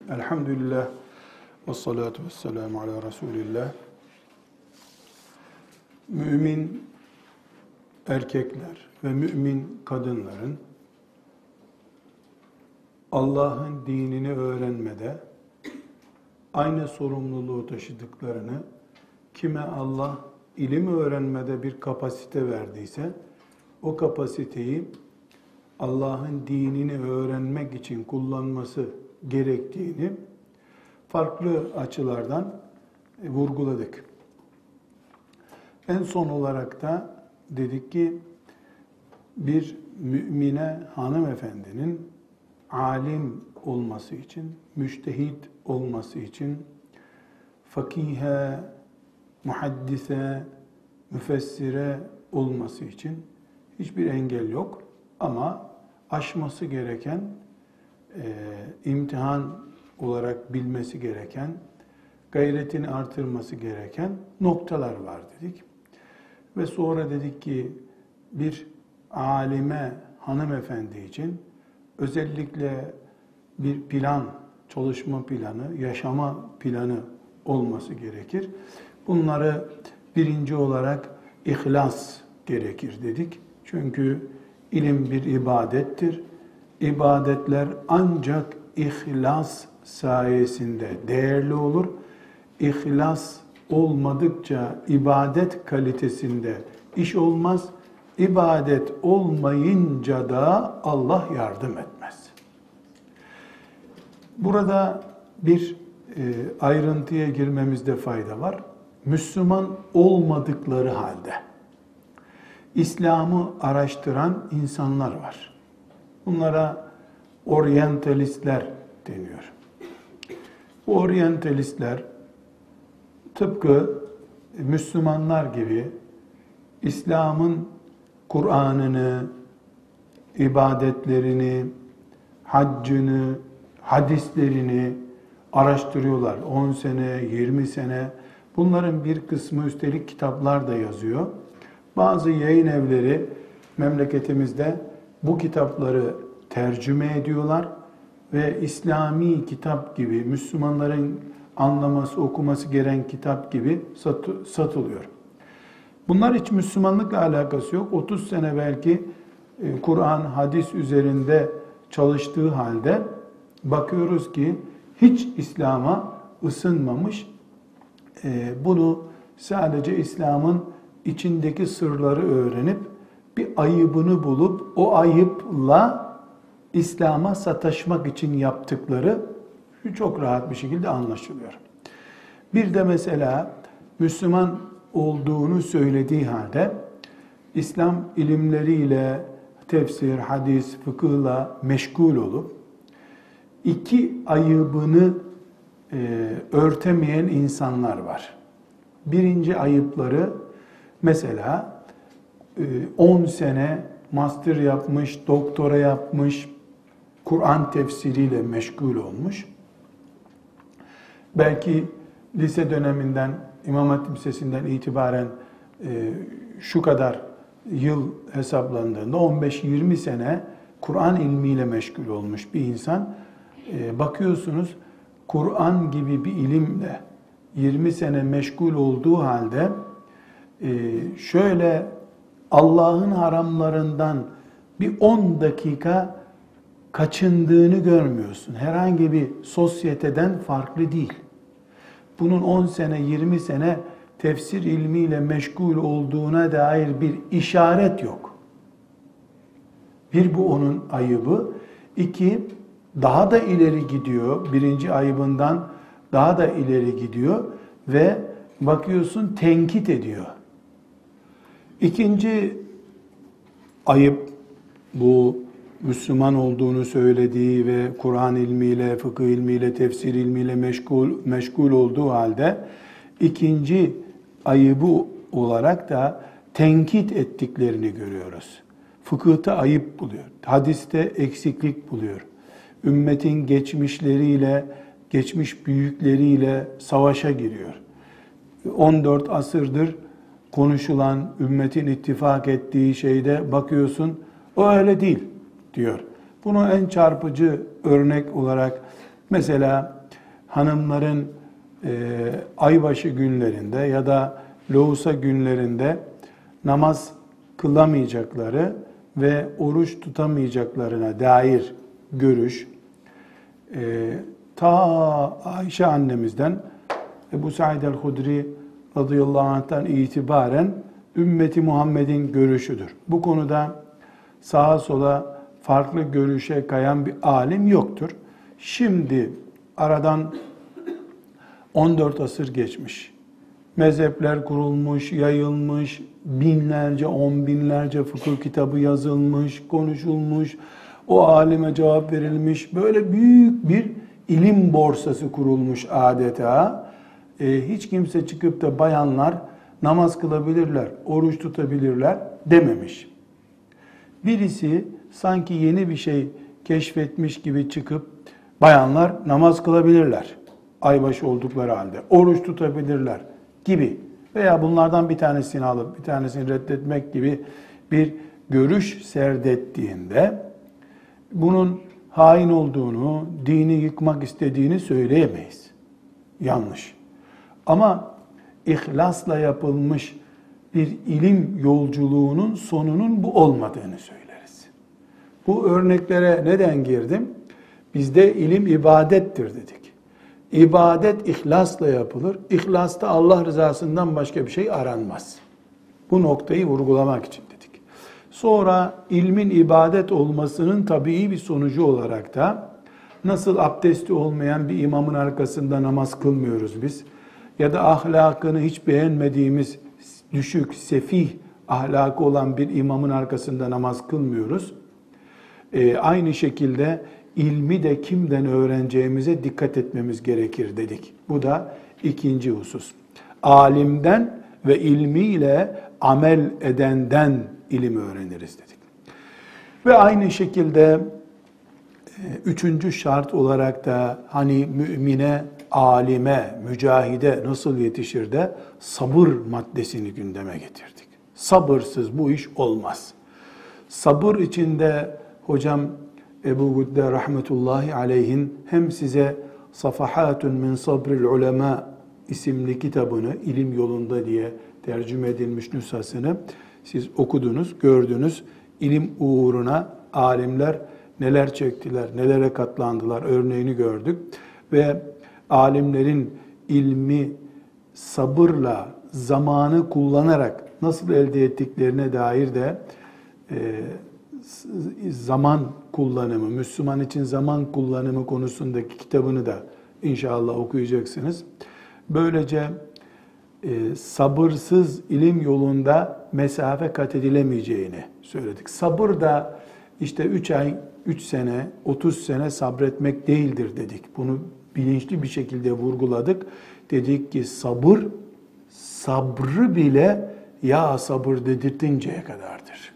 Elhamdülillah ve salatu ve selamu ala Resulillah. Mümin erkekler ve mümin kadınların Allah'ın dinini öğrenmede aynı sorumluluğu taşıdıklarını, kime Allah ilim öğrenmede bir kapasite verdiyse, o kapasiteyi Allah'ın dinini öğrenmek için kullanması gerektiğini farklı açılardan vurguladık. En son olarak da dedik ki bir mümine hanımefendinin alim olması için, müçtehit olması için, fakihe, muhaddise, müfessire olması için hiçbir engel yok. Ama aşması gereken, imtihan olarak bilmesi gereken, gayretini artırması gereken noktalar var dedik. Ve sonra dedik ki bir alime hanımefendi için özellikle bir plan, çalışma planı, yaşama planı olması gerekir. Bunları birinci olarak ihlas gerekir dedik. Çünkü ilim bir ibadettir. İbadetler ancak ihlas sayesinde değerli olur. İhlas olmadıkça ibadet kalitesinde iş olmaz. İbadet olmayınca da Allah yardım etmez. Burada bir ayrıntıya girmemizde fayda var. Müslüman olmadıkları halde İslam'ı araştıran insanlar var. Bunlara oryantalistler deniyor. Bu oryantalistler tıpkı Müslümanlar gibi İslam'ın Kur'an'ını, ibadetlerini, haccını, hadislerini araştırıyorlar. 10 sene, 20 sene. Bunların bir kısmı üstelik kitaplar da yazıyor. Bazı yayın evleri memleketimizde bu kitapları tercüme ediyorlar ve İslami kitap gibi, Müslümanların anlaması, okuması gereken kitap gibi satılıyor. Bunlar hiç Müslümanlıkla alakası yok. 30 sene belki Kur'an, hadis üzerinde çalıştığı halde bakıyoruz ki hiç İslam'a ısınmamış. Bunu sadece İslam'ın içindeki sırları öğrenip bir ayıbını bulup o ayıpla İslam'a sataşmak için yaptıkları çok rahat bir şekilde anlaşılıyor. Bir de mesela Müslüman olduğunu söylediği halde İslam ilimleriyle, tefsir, hadis, fıkıhla meşgul olup iki ayıbını örtemeyen insanlar var. Birinci ayıpları mesela 10 sene master yapmış, doktora yapmış, Kur'an tefsiriyle meşgul olmuş. Belki lise döneminden, İmam Hatip Lisesi'nden itibaren şu kadar yıl hesaplandığında 15-20 sene Kur'an ilmiyle meşgul olmuş bir insan. Bakıyorsunuz Kur'an gibi bir ilimle 20 sene meşgul olduğu halde şöyle Allah'ın haramlarından bir 10 dakika kaçındığını görmüyorsun. Herhangi bir sosyeteden farklı değil. Bunun 10 sene, 20 sene tefsir ilmiyle meşgul olduğuna dair bir işaret yok. Bir, bu onun ayıbı. İki, daha da ileri gidiyor. Birinci ayıbından daha da ileri gidiyor ve bakıyorsun tenkit ediyor. İkinci ayıp, bu Müslüman olduğunu söylediği ve Kur'an ilmiyle, fıkıh ilmiyle, tefsir ilmiyle meşgul olduğu halde ikinci ayıbı olarak da tenkit ettiklerini görüyoruz. Fıkıhta ayıp buluyor, hadiste eksiklik buluyor. Ümmetin geçmişleriyle, geçmiş büyükleriyle savaşa giriyor. 14 asırdır konuşulan, ümmetin ittifak ettiği şeyde bakıyorsun, o öyle değil diyor. Bunu en çarpıcı örnek olarak mesela hanımların aybaşı günlerinde ya da lohusa günlerinde namaz kılamayacakları ve oruç tutamayacaklarına dair görüş, ta Ayşe annemizden Ebu Said el-Hudri radıyallahu anh'tan itibaren ümmeti Muhammed'in görüşüdür. Bu konuda sağa sola farklı görüşe kayan bir alim yoktur. Şimdi aradan 14 asır geçmiş. Mezhepler kurulmuş, yayılmış, binlerce, on binlerce fıkıh kitabı yazılmış, konuşulmuş, o alime cevap verilmiş. Böyle büyük bir ilim borsası kurulmuş adeta. Hiç kimse çıkıp da bayanlar namaz kılabilirler, oruç tutabilirler dememiş. Birisi sanki yeni bir şey keşfetmiş gibi çıkıp bayanlar namaz kılabilirler, aybaşı oldukları halde, oruç tutabilirler gibi veya bunlardan bir tanesini alıp bir tanesini reddetmek gibi bir görüş serdettiğinde bunun hain olduğunu, dini yıkmak istediğini söyleyemeyiz. Yanlış. Ama ihlasla yapılmış bir ilim yolculuğunun sonunun bu olmadığını söyleriz. Bu örneklere neden girdim? Bizde ilim ibadettir dedik. İbadet ihlasla yapılır. İhlasta Allah rızasından başka bir şey aranmaz. Bu noktayı vurgulamak için dedik. Sonra ilmin ibadet olmasının tabii bir sonucu olarak da nasıl abdesti olmayan bir imamın arkasında namaz kılmıyoruz biz ya da ahlakını hiç beğenmediğimiz düşük, sefih ahlakı olan bir imamın arkasında namaz kılmıyoruz. Aynı şekilde ilmi de kimden öğreneceğimize dikkat etmemiz gerekir dedik. Bu da ikinci husus. Alimden ve ilmiyle amel edenden ilim öğreniriz dedik. Ve aynı şekilde üçüncü şart olarak da hani mümine, alime, mücahide nasıl yetişir de sabır maddesini gündeme getirdik. Sabırsız bu iş olmaz. Sabır içinde hocam Ebu Gudde rahmetullahi aleyhin hem size Safahatun min Sabril Ulema isimli kitabını ilim yolunda diye tercüme edilmiş nüshasını siz okudunuz, gördünüz. İlim uğruna alimler neler çektiler, nelere katlandılar örneğini gördük. Ve alimlerin ilmi sabırla, zamanı kullanarak nasıl elde ettiklerine dair de zaman kullanımı, Müslüman için zaman kullanımı konusundaki kitabını da inşallah okuyacaksınız. Böylece sabırsız ilim yolunda mesafe kat edilemeyeceğini söyledik. Sabır da işte 3 ay, 3 sene, 30 sene sabretmek değildir dedik. Bunu bilinçli bir şekilde vurguladık. Dedik ki sabır, sabrı bile ya sabır dedirtinceye kadardır.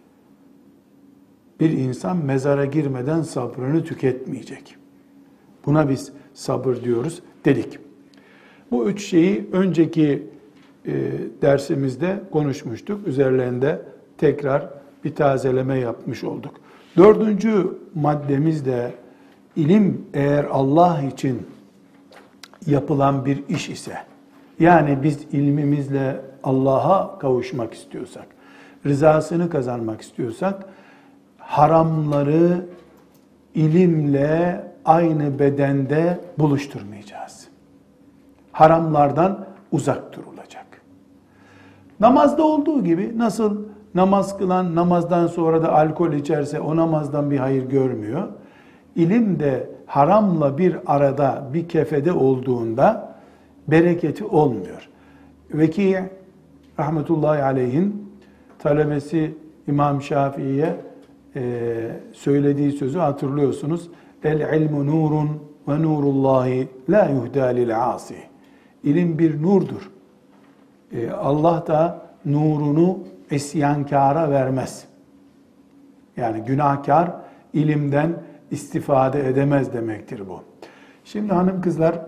Bir insan mezara girmeden sabrını tüketmeyecek. Buna biz sabır diyoruz dedik. Bu üç şeyi önceki dersimizde konuşmuştuk. Üzerlerinde tekrar bir tazeleme yapmış olduk. Dördüncü maddemiz de ilim eğer Allah için yapılan bir iş ise, yani biz ilmimizle Allah'a kavuşmak istiyorsak, rızasını kazanmak istiyorsak, haramları ilimle aynı bedende buluşturmayacağız. Haramlardan uzak durulacak. Namazda olduğu gibi nasıl namaz kılan namazdan sonra da alkol içerse o namazdan bir hayır görmüyor. İlim de haramla bir arada, bir kefede olduğunda bereketi olmuyor. Veki rahmetullahi aleyhin talebesi İmam Şafii'ye söylediği sözü hatırlıyorsunuz. El ilmu nurun ve nurullahi la yuhda lil asi. İlim bir nurdur. Allah da nurunu isyankara vermez. Yani günahkar ilimden istifade edemez demektir bu. Şimdi hanım kızlar,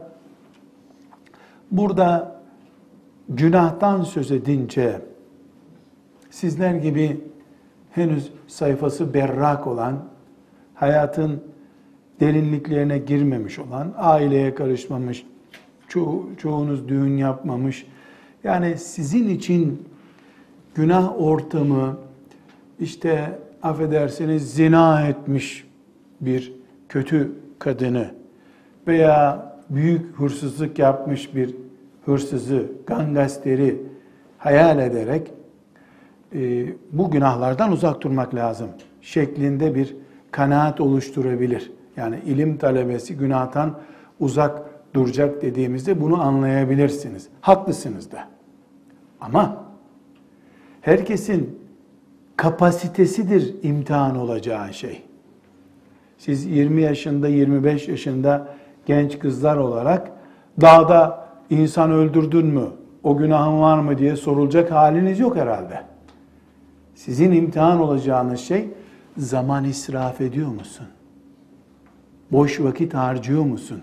burada günahtan söz edince sizler gibi henüz sayfası berrak olan, hayatın derinliklerine girmemiş olan, aileye karışmamış, çoğunuz düğün yapmamış. Yani sizin için günah ortamı, işte affedersiniz zina etmiş bir kötü kadını veya büyük hırsızlık yapmış bir hırsızı, gangsteri hayal ederek bu günahlardan uzak durmak lazım şeklinde bir kanaat oluşturabilir. Yani ilim talebesi günahtan uzak duracak dediğimizde bunu anlayabilirsiniz. Haklısınız da. Ama herkesin kapasitesidir imtihan olacağı şey. Siz 20 yaşında, 25 yaşında genç kızlar olarak dağda insan öldürdün mü, o günahın var mı diye sorulacak haliniz yok herhalde. Sizin imtihan olacağınız şey, zaman israf ediyor musun? Boş vakit harcıyor musun?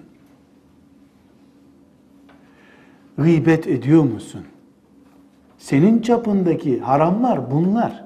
Gıybet ediyor musun? Senin çapındaki haramlar bunlar.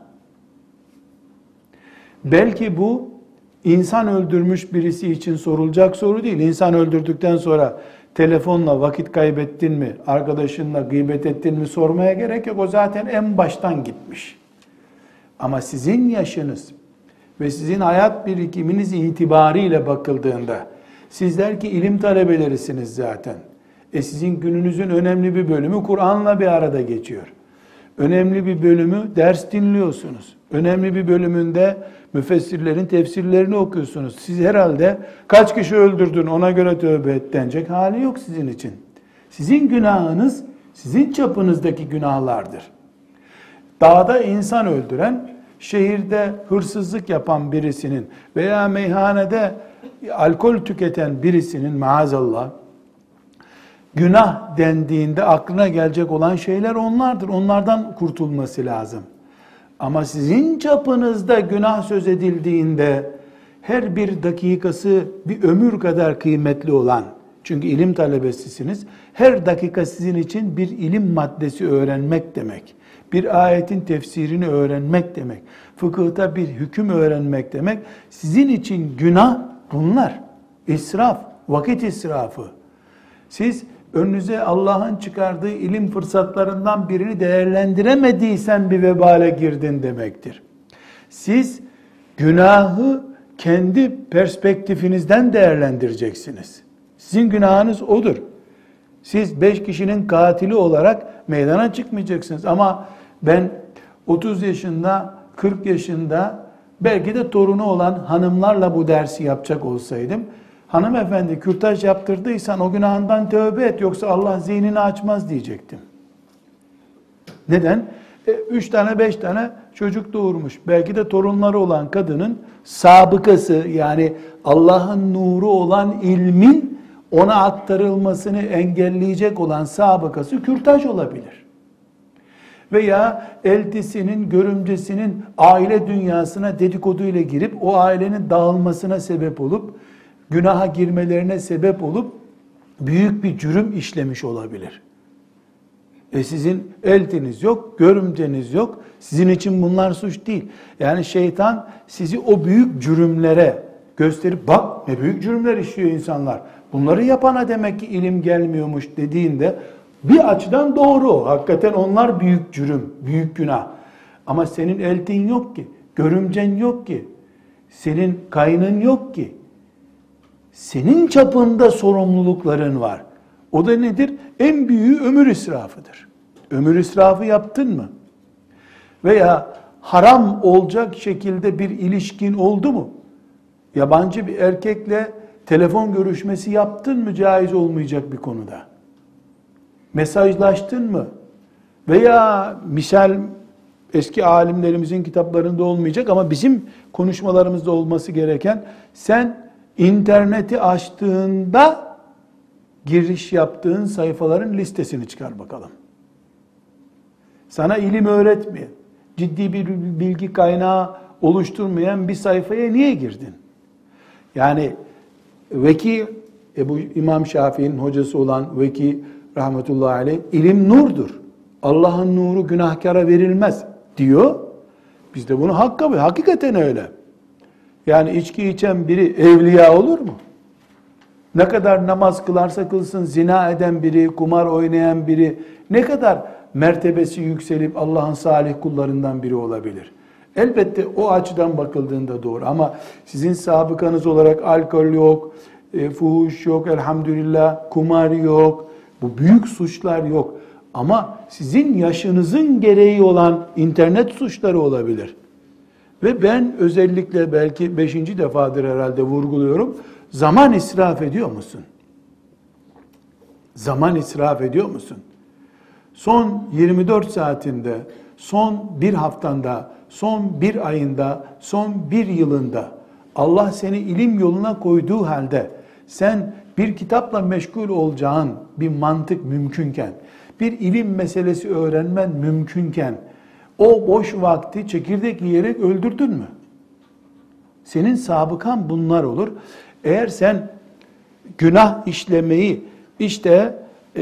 Belki bu insan öldürmüş birisi için sorulacak soru değil. İnsan öldürdükten sonra telefonla vakit kaybettin mi, arkadaşınla gıybet ettin mi sormaya gerek yok. O zaten en baştan gitmiş. Ama sizin yaşınız ve sizin hayat birikiminiz itibariyle bakıldığında, sizler ki ilim talebelerisiniz zaten. Sizin gününüzün önemli bir bölümü Kur'an'la bir arada geçiyor. Önemli bir bölümü ders dinliyorsunuz. Önemli bir bölümünde müfessirlerin tefsirlerini okuyorsunuz. Siz herhalde kaç kişi öldürdün ona göre tövbe et denecek hali yok sizin için. Sizin günahınız sizin çapınızdaki günahlardır. Dağda insan öldüren, şehirde hırsızlık yapan birisinin veya meyhanede alkol tüketen birisinin maazallah günah dendiğinde aklına gelecek olan şeyler onlardır. Onlardan kurtulması lazım. Ama sizin çapınızda günah söz edildiğinde her bir dakikası bir ömür kadar kıymetli olan, çünkü ilim talebesisiniz, her dakika sizin için bir ilim maddesi öğrenmek demek. Bir ayetin tefsirini öğrenmek demek. Fıkıhta bir hüküm öğrenmek demek. Sizin için günah bunlar. İsraf, vakit israfı. Siz önünüze Allah'ın çıkardığı ilim fırsatlarından birini değerlendiremediysen bir vebale girdin demektir. Siz günahı kendi perspektifinizden değerlendireceksiniz. Sizin günahınız odur. Siz 5 kişinin katili olarak meydana çıkmayacaksınız. Ama ben 30 yaşında, 40 yaşında belki de torunu olan hanımlarla bu dersi yapacak olsaydım, hanımefendi kürtaj yaptırdıysan o günahından tövbe et yoksa Allah zihnini açmaz diyecektim. Neden? 3 tane 5 tane çocuk doğurmuş. Belki de torunları olan kadının sabıkası, yani Allah'ın nuru olan ilmin ona aktarılmasını engelleyecek olan sabıkası kürtaj olabilir. Veya eltisinin, görümcesinin aile dünyasına dedikodu ile girip o ailenin dağılmasına sebep olup günaha girmelerine sebep olup büyük bir cürüm işlemiş olabilir. Sizin eltiniz yok, görümceniz yok. Sizin için bunlar suç değil. Yani şeytan sizi o büyük cürümlere gösterip bak ne büyük cürümler işliyor insanlar. Bunları yapana demek ki ilim gelmiyormuş dediğinde bir açıdan doğru. Hakikaten onlar büyük cürüm, büyük günah. Ama senin eltin yok ki, görümcen yok ki, senin kaynın yok ki. Senin çapında sorumlulukların var. O da nedir? En büyüğü ömür israfıdır. Ömür israfı yaptın mı? Veya haram olacak şekilde bir ilişkin oldu mu? Yabancı bir erkekle telefon görüşmesi yaptın mı caiz olmayacak bir konuda? Mesajlaştın mı? Veya misal eski alimlerimizin kitaplarında olmayacak ama bizim konuşmalarımızda olması gereken, sen interneti açtığında giriş yaptığın sayfaların listesini çıkar bakalım. Sana ilim öğretmeyen, ciddi bir bilgi kaynağı oluşturmayan bir sayfaya niye girdin? Yani Veki, bu İmam Şafii'nin hocası olan Veki rahmetullahi aleyh, ilim nurdur. Allah'ın nuru günahkara verilmez diyor. Biz de bunu hakikaten öyle. Yani içki içen biri evliya olur mu? Ne kadar namaz kılarsa kılsın, zina eden biri, kumar oynayan biri ne kadar mertebesi yükselip Allah'ın salih kullarından biri olabilir? Elbette o açıdan bakıldığında doğru ama sizin sabıkanız olarak alkol yok, fuhuş yok, elhamdülillah, kumar yok, bu büyük suçlar yok. Ama sizin yaşınızın gereği olan internet suçları olabilir. Ve ben özellikle belki 5. defadır herhalde vurguluyorum. Zaman israf ediyor musun? Zaman israf ediyor musun? Son 24 saatinde, son bir haftanda, son bir ayında, son bir yılında Allah seni ilim yoluna koyduğu halde sen bir kitapla meşgul olacağın bir mantık mümkünken, bir ilim meselesi öğrenmen mümkünken o boş vakti çekirdek yiyerek öldürdün mü? Senin sabıkan bunlar olur. Eğer sen günah işlemeyi işte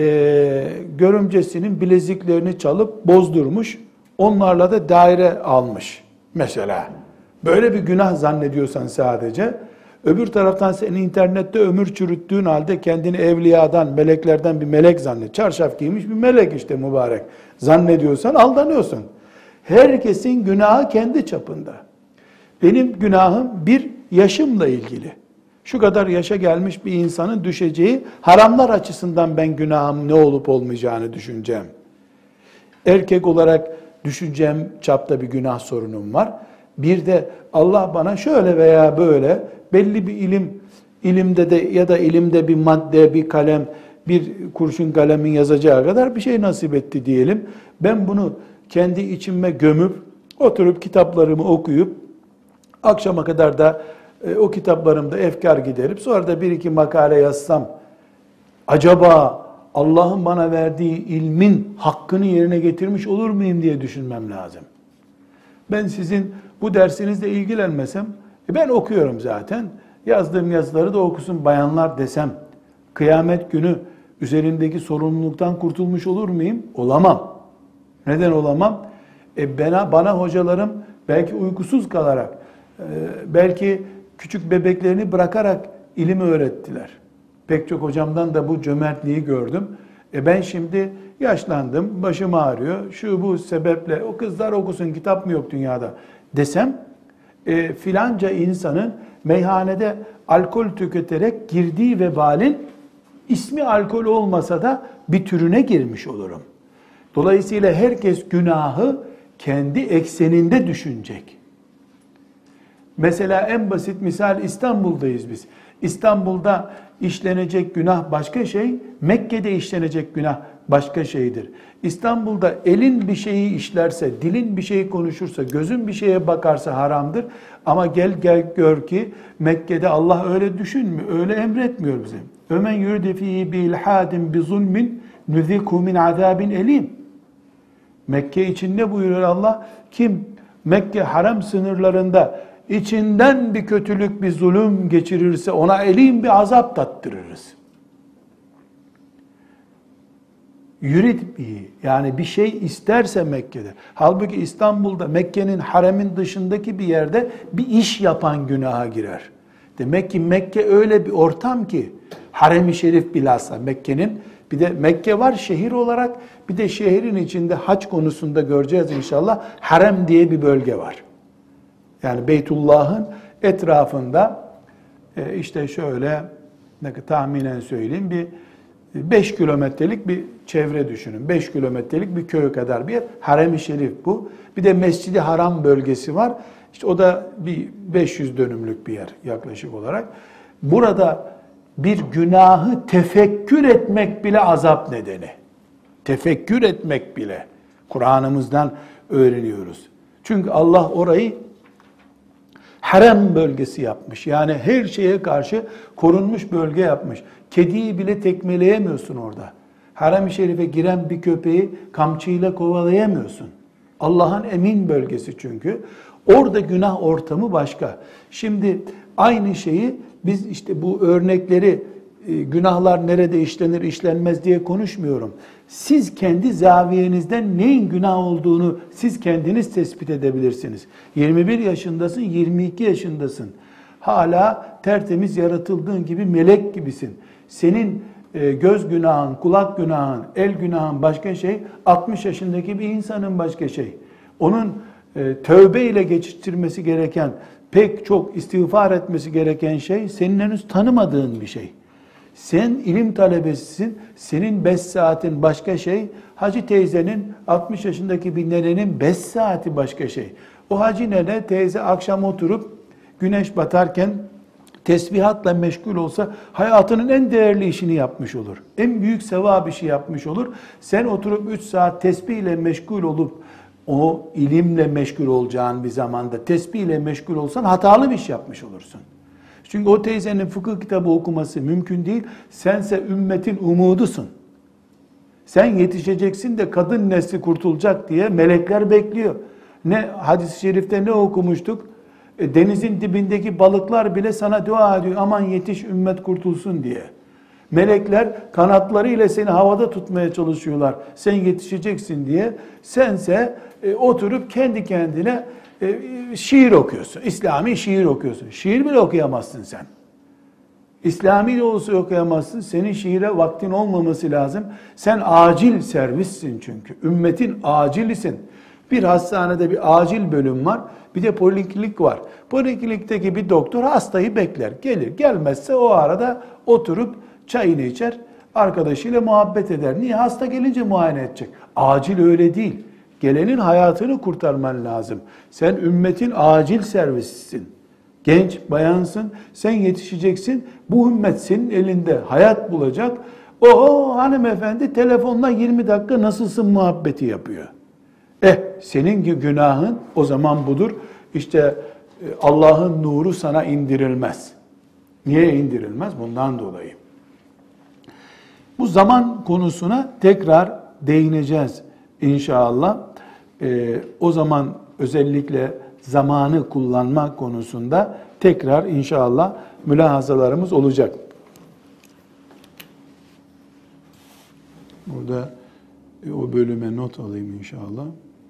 görümcesinin bileziklerini çalıp bozdurmuş, onlarla da daire almış mesela. Böyle bir günah zannediyorsan sadece, öbür taraftan senin internette ömür çürüttüğün halde kendini evliyadan, meleklerden bir melek zannet. Çarşaf giymiş bir melek işte mübarek. Zannediyorsan aldanıyorsun. Herkesin günahı kendi çapında. Benim günahım bir yaşımla ilgili. Şu kadar yaşa gelmiş bir insanın düşeceği haramlar açısından ben günahım ne olup olmayacağını düşüneceğim. Erkek olarak düşüneceğim çapta bir günah sorunum var. Bir de Allah bana şöyle veya böyle belli bir ilimde de ya da ilimde bir madde, bir kalem, bir kurşun kalemin yazacağı kadar bir şey nasip etti diyelim. Ben bunu kendi içime gömüp, oturup kitaplarımı okuyup, akşama kadar da o kitaplarımda efkar giderip, sonra da bir iki makale yazsam, acaba Allah'ın bana verdiği ilmin hakkını yerine getirmiş olur muyum diye düşünmem lazım. Ben sizin bu dersinizle ilgilenmesem, ben okuyorum zaten, yazdığım yazıları da okusun bayanlar desem, kıyamet günü üzerindeki sorumluluktan kurtulmuş olur muyum? Olamam. Neden olamam? Bana hocalarım belki uykusuz kalarak, belki küçük bebeklerini bırakarak ilim öğrettiler. Pek çok hocamdan da bu cömertliği gördüm. Ben şimdi yaşlandım, başım ağrıyor, şu bu sebeple o kızlar okusun, kitap mı yok dünyada desem, filanca insanın meyhanede alkol tüketerek girdiği vebalin ismi alkol olmasa da bir türüne girmiş olurum. Dolayısıyla herkes günahı kendi ekseninde düşünecek. Mesela en basit misal İstanbul'dayız biz. İstanbul'da işlenecek günah başka şey, Mekke'de işlenecek günah başka şeydir. İstanbul'da elin bir şeyi işlerse, dilin bir şeyi konuşursa, gözün bir şeye bakarsa haramdır. Ama gel gör ki Mekke'de Allah öyle düşünmüyor, öyle emretmiyor bize. Ömen yurdi fihi bi ilhadin bi zulmin nuziku min azabin elim. Mekke için ne buyuruyor Allah? Kim Mekke haram sınırlarında içinden bir kötülük, bir zulüm geçirirse ona elim bir azap tattırırız. Yurid bihi, yani bir şey isterse Mekke'de. Halbuki İstanbul'da Mekke'nin haremin dışındaki bir yerde bir iş yapan günaha girer. Demek ki Mekke öyle bir ortam ki harem-i şerif bilhassa Mekke'nin, bir de Mekke var şehir olarak, bir de şehrin içinde hac konusunda göreceğiz inşallah, harem diye bir bölge var. Yani Beytullah'ın etrafında işte şöyle tahminen söyleyeyim, bir 5 kilometrelik bir çevre düşünün. 5 kilometrelik bir köy kadar bir yer. Harem-i Şerif bu. Bir de Mescid-i Haram bölgesi var. İşte o da bir 500 dönümlük bir yer yaklaşık olarak. Burada bir günahı tefekkür etmek bile azap nedeni. Tefekkür etmek bile. Kur'an'ımızdan öğreniyoruz. Çünkü Allah orayı harem bölgesi yapmış. Yani her şeye karşı korunmuş bölge yapmış. Kediyi bile tekmeleyemiyorsun orada. Harem-i şerife giren bir köpeği kamçıyla kovalayamıyorsun. Allah'ın emin bölgesi çünkü. Orada günah ortamı başka. Şimdi aynı şeyi biz işte bu örnekleri günahlar nerede işlenir işlenmez diye konuşmuyorum. Siz kendi zaviyenizden neyin günah olduğunu siz kendiniz tespit edebilirsiniz. 21 yaşındasın, 22 yaşındasın. Hala tertemiz yaratıldığın gibi melek gibisin. Senin göz günahın, kulak günahın, el günahın başka şey, 60 yaşındaki bir insanın başka şey. Onun tövbe ile geçiştirmesi gereken, pek çok istiğfar etmesi gereken şey, senin henüz tanımadığın bir şey. Sen ilim talebesisin, senin 5 saatin başka şey, Hacı teyzenin, 60 yaşındaki bir nenenin 5 saati başka şey. O hacı nene teyze akşam oturup güneş batarken tesbihatla meşgul olsa hayatının en değerli işini yapmış olur. En büyük sevap işi yapmış olur. Sen oturup 3 saat tesbihle meşgul olup o ilimle meşgul olacağın bir zamanda tesbihle meşgul olsan hatalı bir iş yapmış olursun. Çünkü o teyzenin fıkıh kitabı okuması mümkün değil. Sense ümmetin umudusun. Sen yetişeceksin de kadın nesli kurtulacak diye melekler bekliyor. Ne hadis-i şerifte ne okumuştuk? Denizin dibindeki balıklar bile sana dua ediyor. Aman yetiş ümmet kurtulsun diye. Melekler kanatlarıyla seni havada tutmaya çalışıyorlar. Sen yetişeceksin diye. Sense oturup kendi kendine şiir okuyorsun. İslami şiir okuyorsun. Şiir bile okuyamazsın sen. İslami de olsa okuyamazsın. Senin şiire vaktin olmaması lazım. Sen acil servissin çünkü. Ümmetin acilisin. Bir hastanede bir acil bölüm var. Bir de poliklinik var. Poliklinikteki bir doktor hastayı bekler. Gelir. Gelmezse o arada oturup çayını içer. Arkadaşıyla muhabbet eder. Niye? Hasta gelince muayene edecek. Acil öyle değil. Gelenin hayatını kurtarman lazım. Sen ümmetin acil servisisin. Genç, bayansın. Sen yetişeceksin. Bu ümmet senin elinde hayat bulacak. O hanımefendi telefonla 20 dakika nasılsın muhabbeti yapıyor. Senin günahın o zaman budur. İşte Allah'ın nuru sana indirilmez. Niye indirilmez? Bundan dolayı. Bu zaman konusuna tekrar değineceğiz inşallah. O zaman özellikle zamanı kullanma konusunda tekrar inşallah mülahazalarımız olacak. Burada o bölüme not alayım inşallah.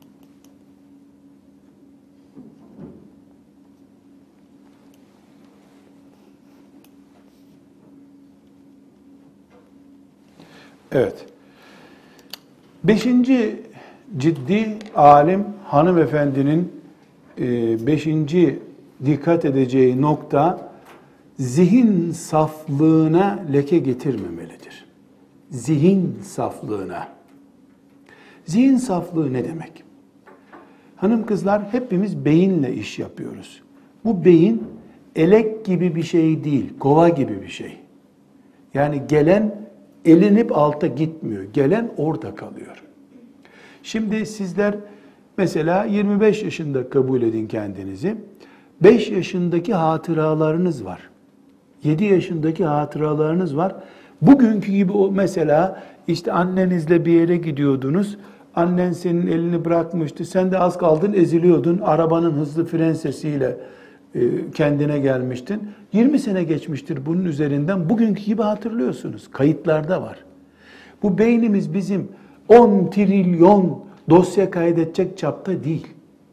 Evet. 5. ciddi alim hanımefendinin 5. dikkat edeceği nokta zihin saflığına leke getirmemelidir. Zihin saflığına. Zihin saflığı ne demek? Hanım kızlar hepimiz beyinle iş yapıyoruz. Bu beyin elek gibi bir şey değil, kova gibi bir şey. Yani gelen elinip alta gitmiyor. Gelen orada kalıyor. Şimdi sizler mesela 25 yaşında kabul edin kendinizi. 5 yaşındaki hatıralarınız var. 7 yaşındaki hatıralarınız var. Bugünkü gibi o mesela işte annenizle bir yere gidiyordunuz. Annen senin elini bırakmıştı. Sen de az kaldın eziliyordun. Arabanın hızlı fren sesiyle kendine gelmiştin. 20 sene geçmiştir bunun üzerinden. Bugünkü gibi hatırlıyorsunuz. Kayıtlarda var. Bu beynimiz bizim 10 trilyon dosya kaydedecek çapta değil.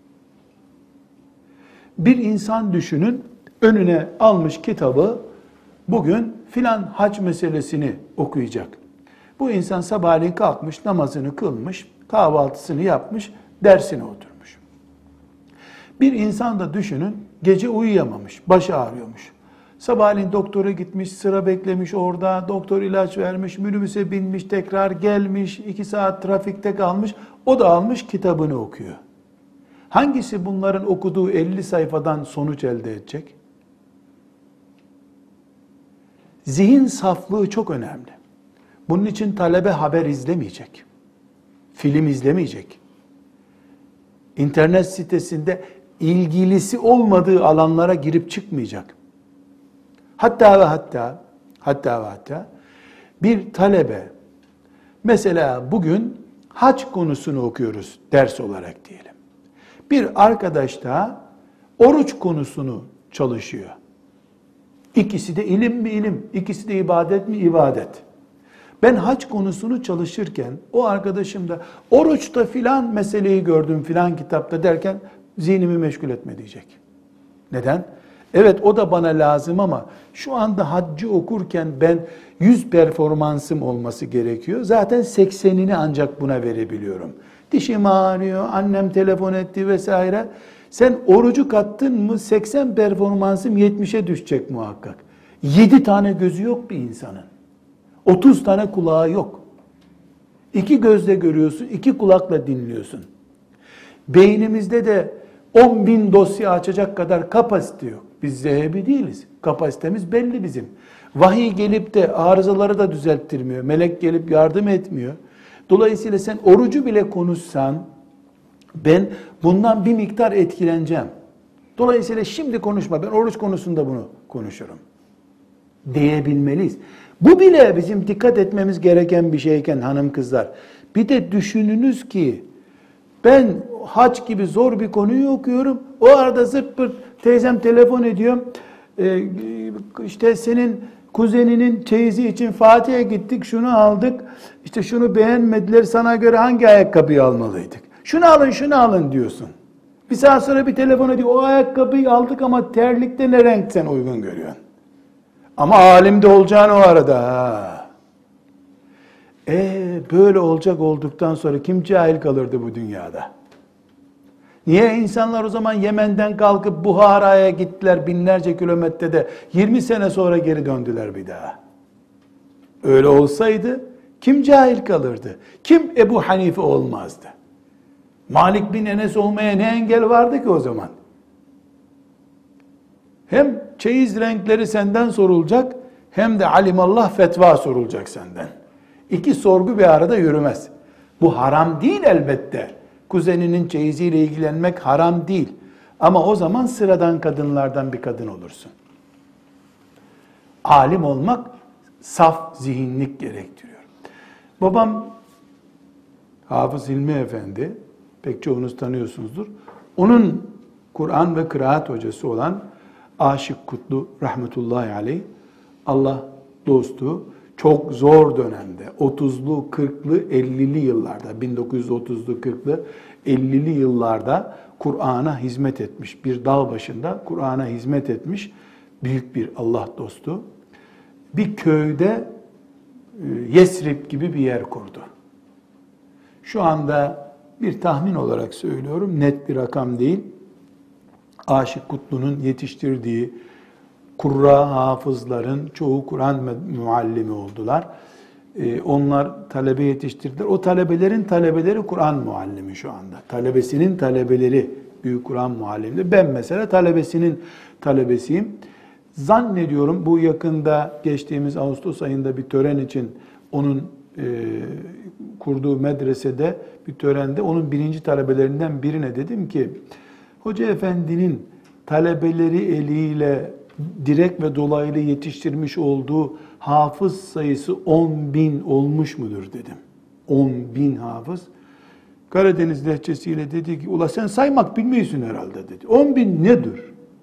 Bir insan düşünün, önüne almış kitabı, bugün filan hac meselesini okuyacak. Bu insan sabahleyin kalkmış, namazını kılmış, kahvaltısını yapmış, dersine oturmuş. Bir insan da düşünün, gece uyuyamamış, başı ağrıyormuş. Sabahleyin doktora gitmiş, sıra beklemiş orada, doktor ilaç vermiş, minibüse binmiş, tekrar gelmiş, 2 saat trafikte kalmış, o da almış kitabını okuyor. Hangisi bunların okuduğu 50 sayfadan sonuç elde edecek? Zihin saflığı çok önemli. Bunun için talebe haber izlemeyecek. Film izlemeyecek. İnternet sitesinde ilgilisi olmadığı alanlara girip çıkmayacak. Hatta bir talebe mesela bugün hac konusunu okuyoruz ders olarak diyelim. Bir arkadaş da oruç konusunu çalışıyor. İkisi de ilim mi ilim, ikisi de ibadet mi ibadet. Ben hac konusunu çalışırken o arkadaşım da oruçta filan meseleyi gördüm filan kitapta derken zihnimi meşgul etme diyecek. Neden? Evet, o da bana lazım ama şu anda haccı okurken ben 100 performansım olması gerekiyor. Zaten 80'ini ancak buna verebiliyorum. Dişim ağrıyor, annem telefon etti vesaire. Sen orucu kattın mı 80 performansım 70'e düşecek muhakkak. 7 tane gözü yok bir insanın. 30 tane kulağı yok. 2 gözle görüyorsun, 2 kulakla dinliyorsun. Beynimizde de 10.000 dosya açacak kadar kapasite yok. Biz Zehebi değiliz. Kapasitemiz belli bizim. Vahiy gelip de arızaları da düzelttirmiyor. Melek gelip yardım etmiyor. Dolayısıyla sen orucu bile konuşsan ben bundan bir miktar etkileneceğim. Dolayısıyla şimdi konuşma, ben oruç konusunda bunu konuşurum diyebilmeliyiz. Bu bile bizim dikkat etmemiz gereken bir şeyken hanım kızlar. Bir de düşününüz ki ben hac gibi zor bir konuyu okuyorum. O arada zırt pırt teyzem telefon ediyor. İşte senin kuzeninin çeyizi için Fatih'e gittik, şunu aldık. İşte şunu beğenmediler, sana göre hangi ayakkabıyı almalıydık? Şunu alın, şunu alın diyorsun. Bir saat sonra bir telefon ediyor. O ayakkabıyı aldık ama terlikte ne renk sen uygun görüyorsun? Ama alim de olacaksın o arada. Ha. Böyle olacak olduktan sonra kim cahil kalırdı bu dünyada? Niye insanlar o zaman Yemen'den kalkıp Buhara'ya gittiler binlerce kilometrede 20 sene sonra geri döndüler bir daha? Öyle olsaydı kim cahil kalırdı? Kim Ebu Hanife olmazdı? Malik bin Enes olmaya ne engel vardı ki o zaman? Hem çeyiz renkleri senden sorulacak hem de alimallah fetva sorulacak senden. İki sorgu bir arada yürümez. Bu haram değil elbette. Kuzeninin çeyiziyle ilgilenmek haram değil. Ama o zaman sıradan kadınlardan bir kadın olursun. Alim olmak saf zihinlik gerektiriyor. Babam Hafız Hilmi Efendi, pek çoğunuz tanıyorsunuzdur. Onun Kur'an ve kıraat hocası olan Aşık Kutlu rahmetullahi aleyh, Allah dostu, çok zor dönemde 30'lu, 40'lı, 50'li yıllarda 1930'lu, 40'lı, 50'li yıllarda Kur'an'a hizmet etmiş. Bir dağ başında Kur'an'a hizmet etmiş büyük bir Allah dostu. Bir köyde Yesrib gibi bir yer kurdu. Şu anda bir tahmin olarak söylüyorum, net bir rakam değil. Aşık Kutlu'nun yetiştirdiği kurra hafızların çoğu Kur'an muallimi oldular. Onlar talebe yetiştirdiler. O talebelerin talebeleri Kur'an muallimi şu anda. Talebesinin talebeleri büyük Kur'an muallimi. Ben mesela talebesinin talebesiyim. Zannediyorum bu yakında geçtiğimiz Ağustos ayında bir tören için onun kurduğu medresede bir törende onun birinci talebelerinden birine dedim ki Hoca Efendi'nin talebeleri eliyle direkt ve dolaylı yetiştirmiş olduğu hafız sayısı 10.000 olmuş mudur dedim. 10.000 hafız. Karadeniz lehçesiyle dedi ki ula sen saymak bilmiyorsun herhalde dedi. 10.000 nedir?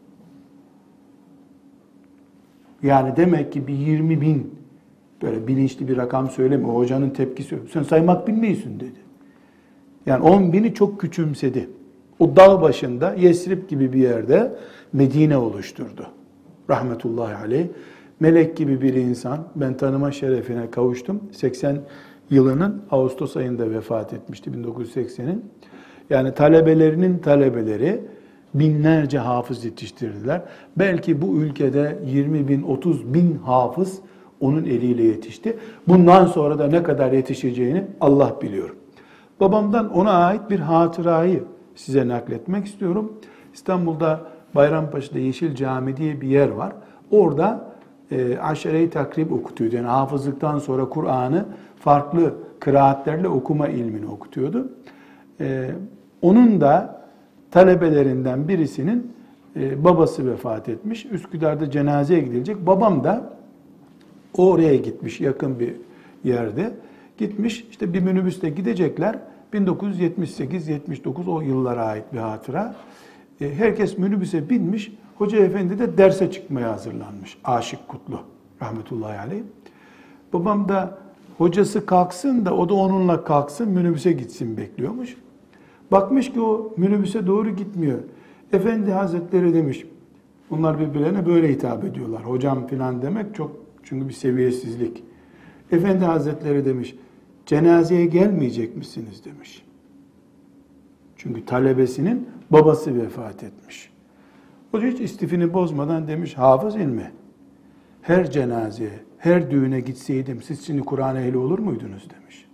Yani demek ki bir 20.000 böyle bilinçli bir rakam söyleme. O hocanın tepkisi sen saymak bilmiyorsun dedi. Yani 10.000'i çok küçümsedi. O dağ başında Yesrib gibi bir yerde Medine oluşturdu. Rahmetullahi aleyh. Melek gibi bir insan. Ben tanıma şerefine kavuştum. 80 yılının Ağustos ayında vefat etmişti 1980'in. Yani talebelerinin talebeleri binlerce hafız yetiştirdiler. Belki bu ülkede 20.000, 30.000 hafız onun eliyle yetişti. Bundan sonra da ne kadar yetişeceğini Allah biliyor. Babamdan ona ait bir hatırayı size nakletmek istiyorum. İstanbul'da Bayrampaşa'da Yeşil Cami diye bir yer var. Orada aşere-i takrib okutuyordu. Yani hafızlıktan sonra Kur'an'ı farklı kıraatlerle okuma ilmini okutuyordu. Onun da talebelerinden birisinin babası vefat etmiş. Üsküdar'da cenazeye gidilecek. Babam da oraya gitmiş, yakın bir yerde. Gitmiş, işte bir minibüsle gidecekler. 1978-79 o yıllara ait bir hatıra. Herkes minibüse binmiş. Hoca Efendi de derse çıkmaya hazırlanmış. Aşık Kutlu rahmetullahi aleyh. Babam da hocası kalksın da o da onunla kalksın minibüse gitsin bekliyormuş. Bakmış ki o minibüse doğru gitmiyor. Efendi Hazretleri demiş, Bunlar birbirlerine böyle hitap ediyorlar. Hocam filan demek çok, çünkü bir seviyesizlik. Efendi Hazretleri demiş, cenazeye gelmeyecek misiniz demiş. Çünkü talebesinin babası vefat etmiş. Hoca hiç istifini bozmadan demiş, Hafız ilmi, her cenazeye, her düğüne gitseydim siz şimdi Kur'an ehli olur muydunuz demiş.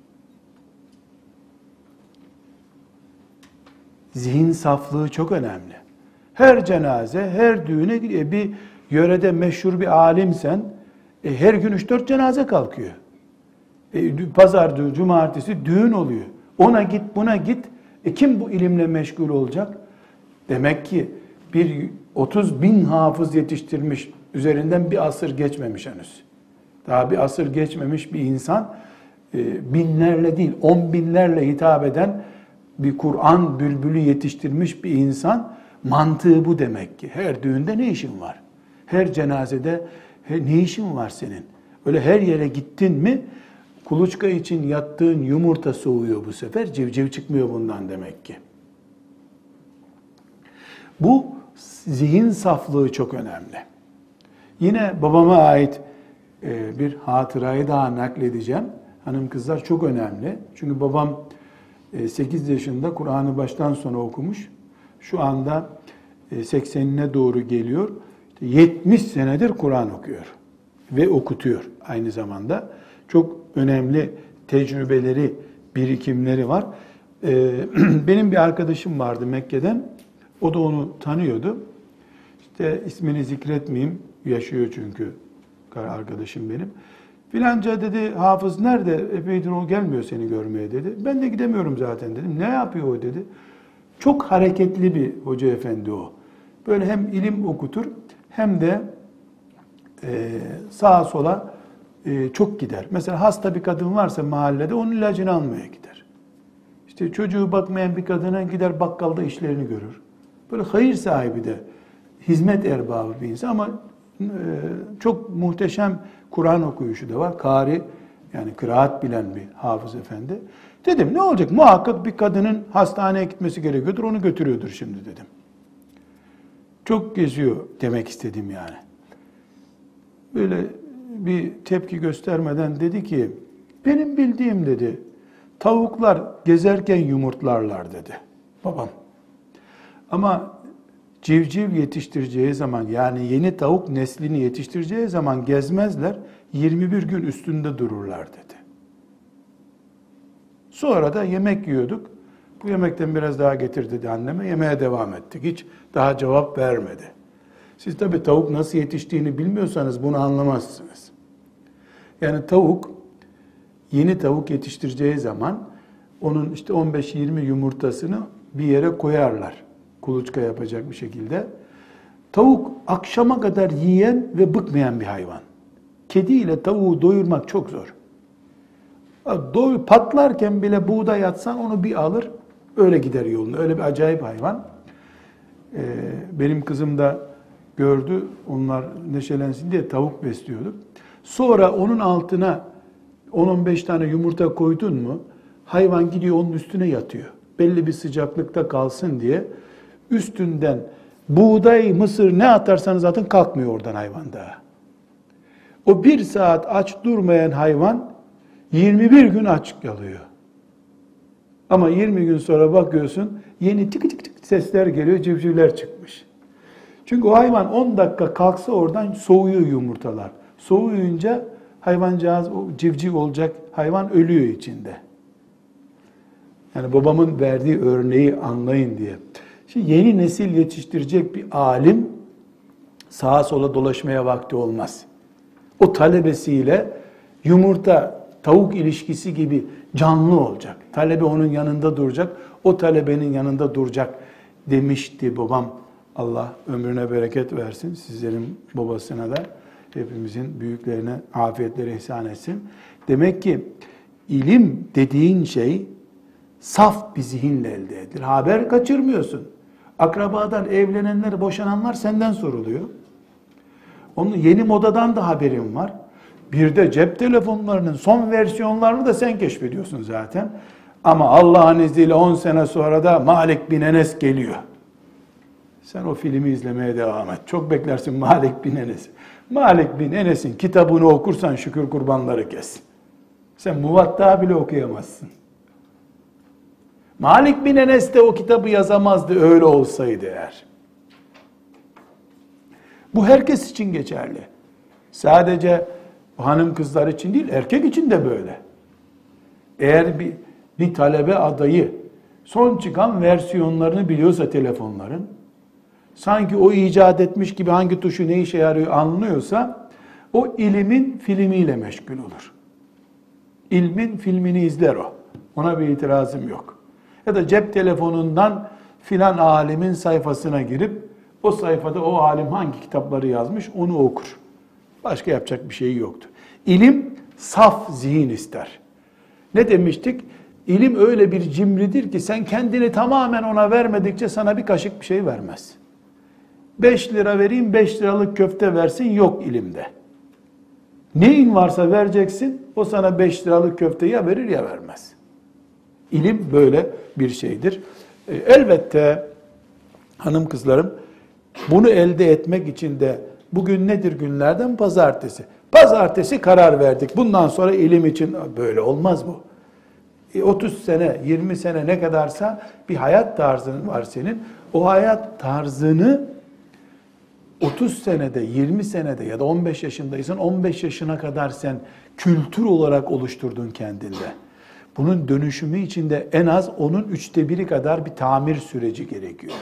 Zihin saflığı çok önemli. Her cenaze, her düğüne gidiyor. Bir yörede meşhur bir alimsen, her gün 3-4 cenaze kalkıyor. Pazar, cumartesi düğün oluyor. Ona git, buna git. Kim bu ilimle meşgul olacak? Demek ki bir 30 bin hafız yetiştirmiş, üzerinden bir asır geçmemiş henüz. Daha bir asır geçmemiş bir insan, binlerle değil, 10 binlerle hitap eden bir Kur'an bülbülü yetiştirmiş bir insan, mantığı bu demek ki. Her düğünde ne işin var? Her cenazede ne işin var senin? Öyle her yere gittin mi, kuluçka için yattığın yumurta soğuyor bu sefer. Civciv çıkmıyor bundan demek ki. Bu zihin saflığı çok önemli. Yine babama ait bir hatırayı daha nakledeceğim. Hanım kızlar çok önemli. Çünkü babam 8 yaşında Kur'an'ı baştan sona okumuş. Şu anda 80'ine doğru geliyor. 70 senedir Kur'an okuyor ve okutuyor aynı zamanda. Çok önemli tecrübeleri, birikimleri var. Benim bir arkadaşım vardı Mekke'den. O da onu tanıyordu. İşte ismini zikretmeyeyim, yaşıyor çünkü arkadaşım benim. Filanca dedi, Hafız nerede? Epeydir o gelmiyor seni görmeye dedi. Ben de gidemiyorum zaten dedim. Ne yapıyor o dedi. Çok hareketli bir hoca efendi o. Böyle hem ilim okutur hem de sağa sola çok gider. Mesela hasta bir kadın varsa mahallede onun ilacını almaya gider. İşte çocuğu bakmayan bir kadına gider bakkalda işlerini görür. Böyle hayır sahibi de, hizmet erbabı bir insan ama çok muhteşem Kur'an okuyuşu da var. Kari, yani kıraat bilen bir hafız efendi. Dedim ne olacak? Muhakkak bir kadının hastaneye gitmesi gerekiyordur, onu götürüyordur şimdi dedim. Çok geziyor demek istedim yani. Böyle bir tepki göstermeden dedi ki, benim bildiğim dedi, tavuklar gezerken yumurtlarlar dedi babam. Ama civciv yetiştireceği zaman, yani yeni tavuk neslini yetiştireceği zaman gezmezler, 21 gün üstünde dururlar dedi. Sonra da yemek yiyorduk. Bu yemekten biraz daha getir dedi anneme. Yemeğe devam ettik. Hiç daha cevap vermedi. Siz tabii tavuk nasıl yetiştiğini bilmiyorsanız bunu anlamazsınız. Yani tavuk, yeni tavuk yetiştireceği zaman onun işte 15-20 yumurtasını bir yere koyarlar. Kuluçka yapacak bir şekilde. Tavuk akşama kadar yiyen ve bıkmayan bir hayvan. Kedi ile tavuğu doyurmak çok zor. Patlarken bile buğday atsan onu bir alır, öyle gider yoluna. Öyle bir acayip hayvan. Benim kızım da gördü, onlar neşelensin diye tavuk besliyorduk. Sonra onun altına 10-15 tane yumurta koydun mu, hayvan gidiyor onun üstüne yatıyor. Belli bir sıcaklıkta kalsın diye. Üstünden buğday, mısır ne atarsanız atın kalkmıyor oradan hayvan daha. O 1 saat aç durmayan hayvan 21 gün aç kalıyor. Ama 20 gün sonra bakıyorsun yeni tık tık tık sesler geliyor, civcivler çıkmış. Çünkü o hayvan 10 dakika kalksa oradan soğuyor yumurtalar. Soğuyunca hayvancağız, o civciv olacak hayvan ölüyor içinde. Yani babamın verdiği örneği anlayın diye. Şimdi yeni nesil yetiştirecek bir alim sağa sola dolaşmaya vakti olmaz. O talebesiyle yumurta, tavuk ilişkisi gibi canlı olacak. Talebe onun yanında duracak, o talebenin yanında duracak demişti babam. Allah ömrüne bereket versin. Sizlerin babasına da hepimizin büyüklerine afiyetleri ihsan etsin. Demek ki ilim dediğin şey saf bir zihinle elde edilir. Haber kaçırmıyorsun. Akrabadan evlenenler, boşananlar senden soruluyor. Onun yeni modadan da haberin var. Bir de cep telefonlarının son versiyonlarını da sen keşfediyorsun zaten. Ama Allah'ın izniyle 10 sene sonra da Malik bin Enes geliyor. Sen o filmi izlemeye devam et. Çok beklersin Malik bin Enes. Malik bin Enes'in kitabını okursan şükür kurbanları kes. Sen Muvatta bile okuyamazsın. Malik bin Enes de o kitabı yazamazdı öyle olsaydı eğer. Bu herkes için geçerli. Sadece hanım kızlar için değil, erkek için de böyle. Eğer bir talebe adayı son çıkan versiyonlarını biliyorsa telefonların, sanki o icat etmiş gibi hangi tuşu ne işe yarıyor anlıyorsa, o ilimin filmiyle meşgul olur. İlmin filmini izler o. Ona bir itirazım yok. Ya da cep telefonundan filan alimin sayfasına girip, o sayfada o alim hangi kitapları yazmış onu okur. Başka yapacak bir şey yoktur. İlim saf zihin ister. Ne demiştik? İlim öyle bir cimridir ki sen kendini tamamen ona vermedikçe sana bir kaşık bir şey vermez. 5 lira vereyim, 5 liralık köfte versin yok ilimde. Neyin varsa vereceksin, o sana 5 liralık köfteyi ya verir ya vermez. İlim böyle bir şeydir. Elbette hanım kızlarım, bunu elde etmek için de bugün nedir günlerden? Pazartesi. Pazartesi karar verdik. Bundan sonra ilim için böyle olmaz bu. 30 sene, 20 sene ne kadarsa bir hayat tarzın var senin. O hayat tarzını 30 senede, 20 senede ya da 15 yaşındaysan 15 yaşına kadar sen kültür olarak oluşturdun kendinde. Bunun dönüşümü için de en az onun 1/3 kadar bir tamir süreci gerekiyor.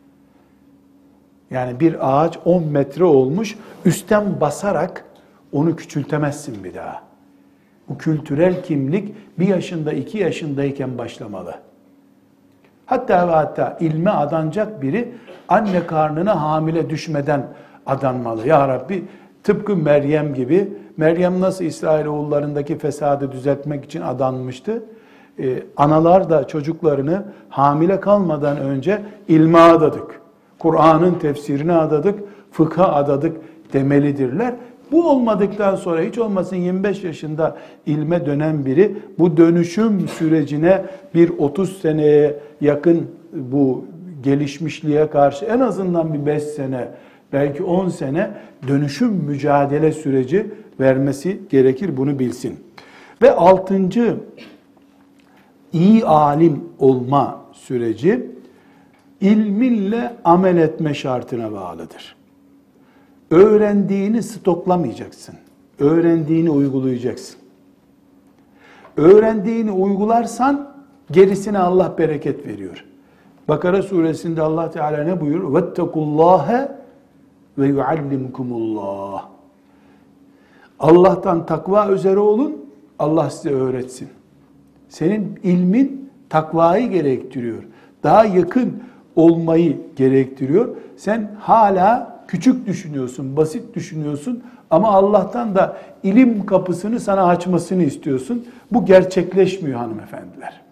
Yani bir ağaç 10 metre olmuş, üstten basarak onu küçültemezsin bir daha. Bu kültürel kimlik 1 yaşında, 2 yaşındayken başlamalı. Hatta ve hatta ilme adanacak biri anne karnına hamile düşmeden adanmalı. Ya Rabbi, tıpkı Meryem gibi, Meryem nasıl İsrailoğullarındaki fesadı düzeltmek için adanmıştı? Analar da çocuklarını hamile kalmadan önce ilme adadık. Kur'an'ın tefsirine adadık, fıkha adadık demelidirler. Bu olmadıktan sonra hiç olmasın 25 yaşında ilme dönen biri bu dönüşüm sürecine bir 30 seneye yakın bu gelişmişliğe karşı en azından bir 5 sene belki 10 sene dönüşüm mücadele süreci vermesi gerekir, bunu bilsin. Ve 6. iyi alim olma süreci ilminle amel etme şartına bağlıdır. Öğrendiğini stoklamayacaksın. Öğrendiğini uygulayacaksın. Öğrendiğini uygularsan gerisine Allah bereket veriyor. Bakara suresinde Allah Teala ne buyuruyor? Vettekullâhe ve yuallimkumullah. Allah'tan takva üzere olun, Allah size öğretsin. Senin ilmin takvayı gerektiriyor. Daha yakın olmayı gerektiriyor. Sen hala küçük düşünüyorsun, basit düşünüyorsun ama Allah'tan da ilim kapısını sana açmasını istiyorsun. Bu gerçekleşmiyor hanımefendiler.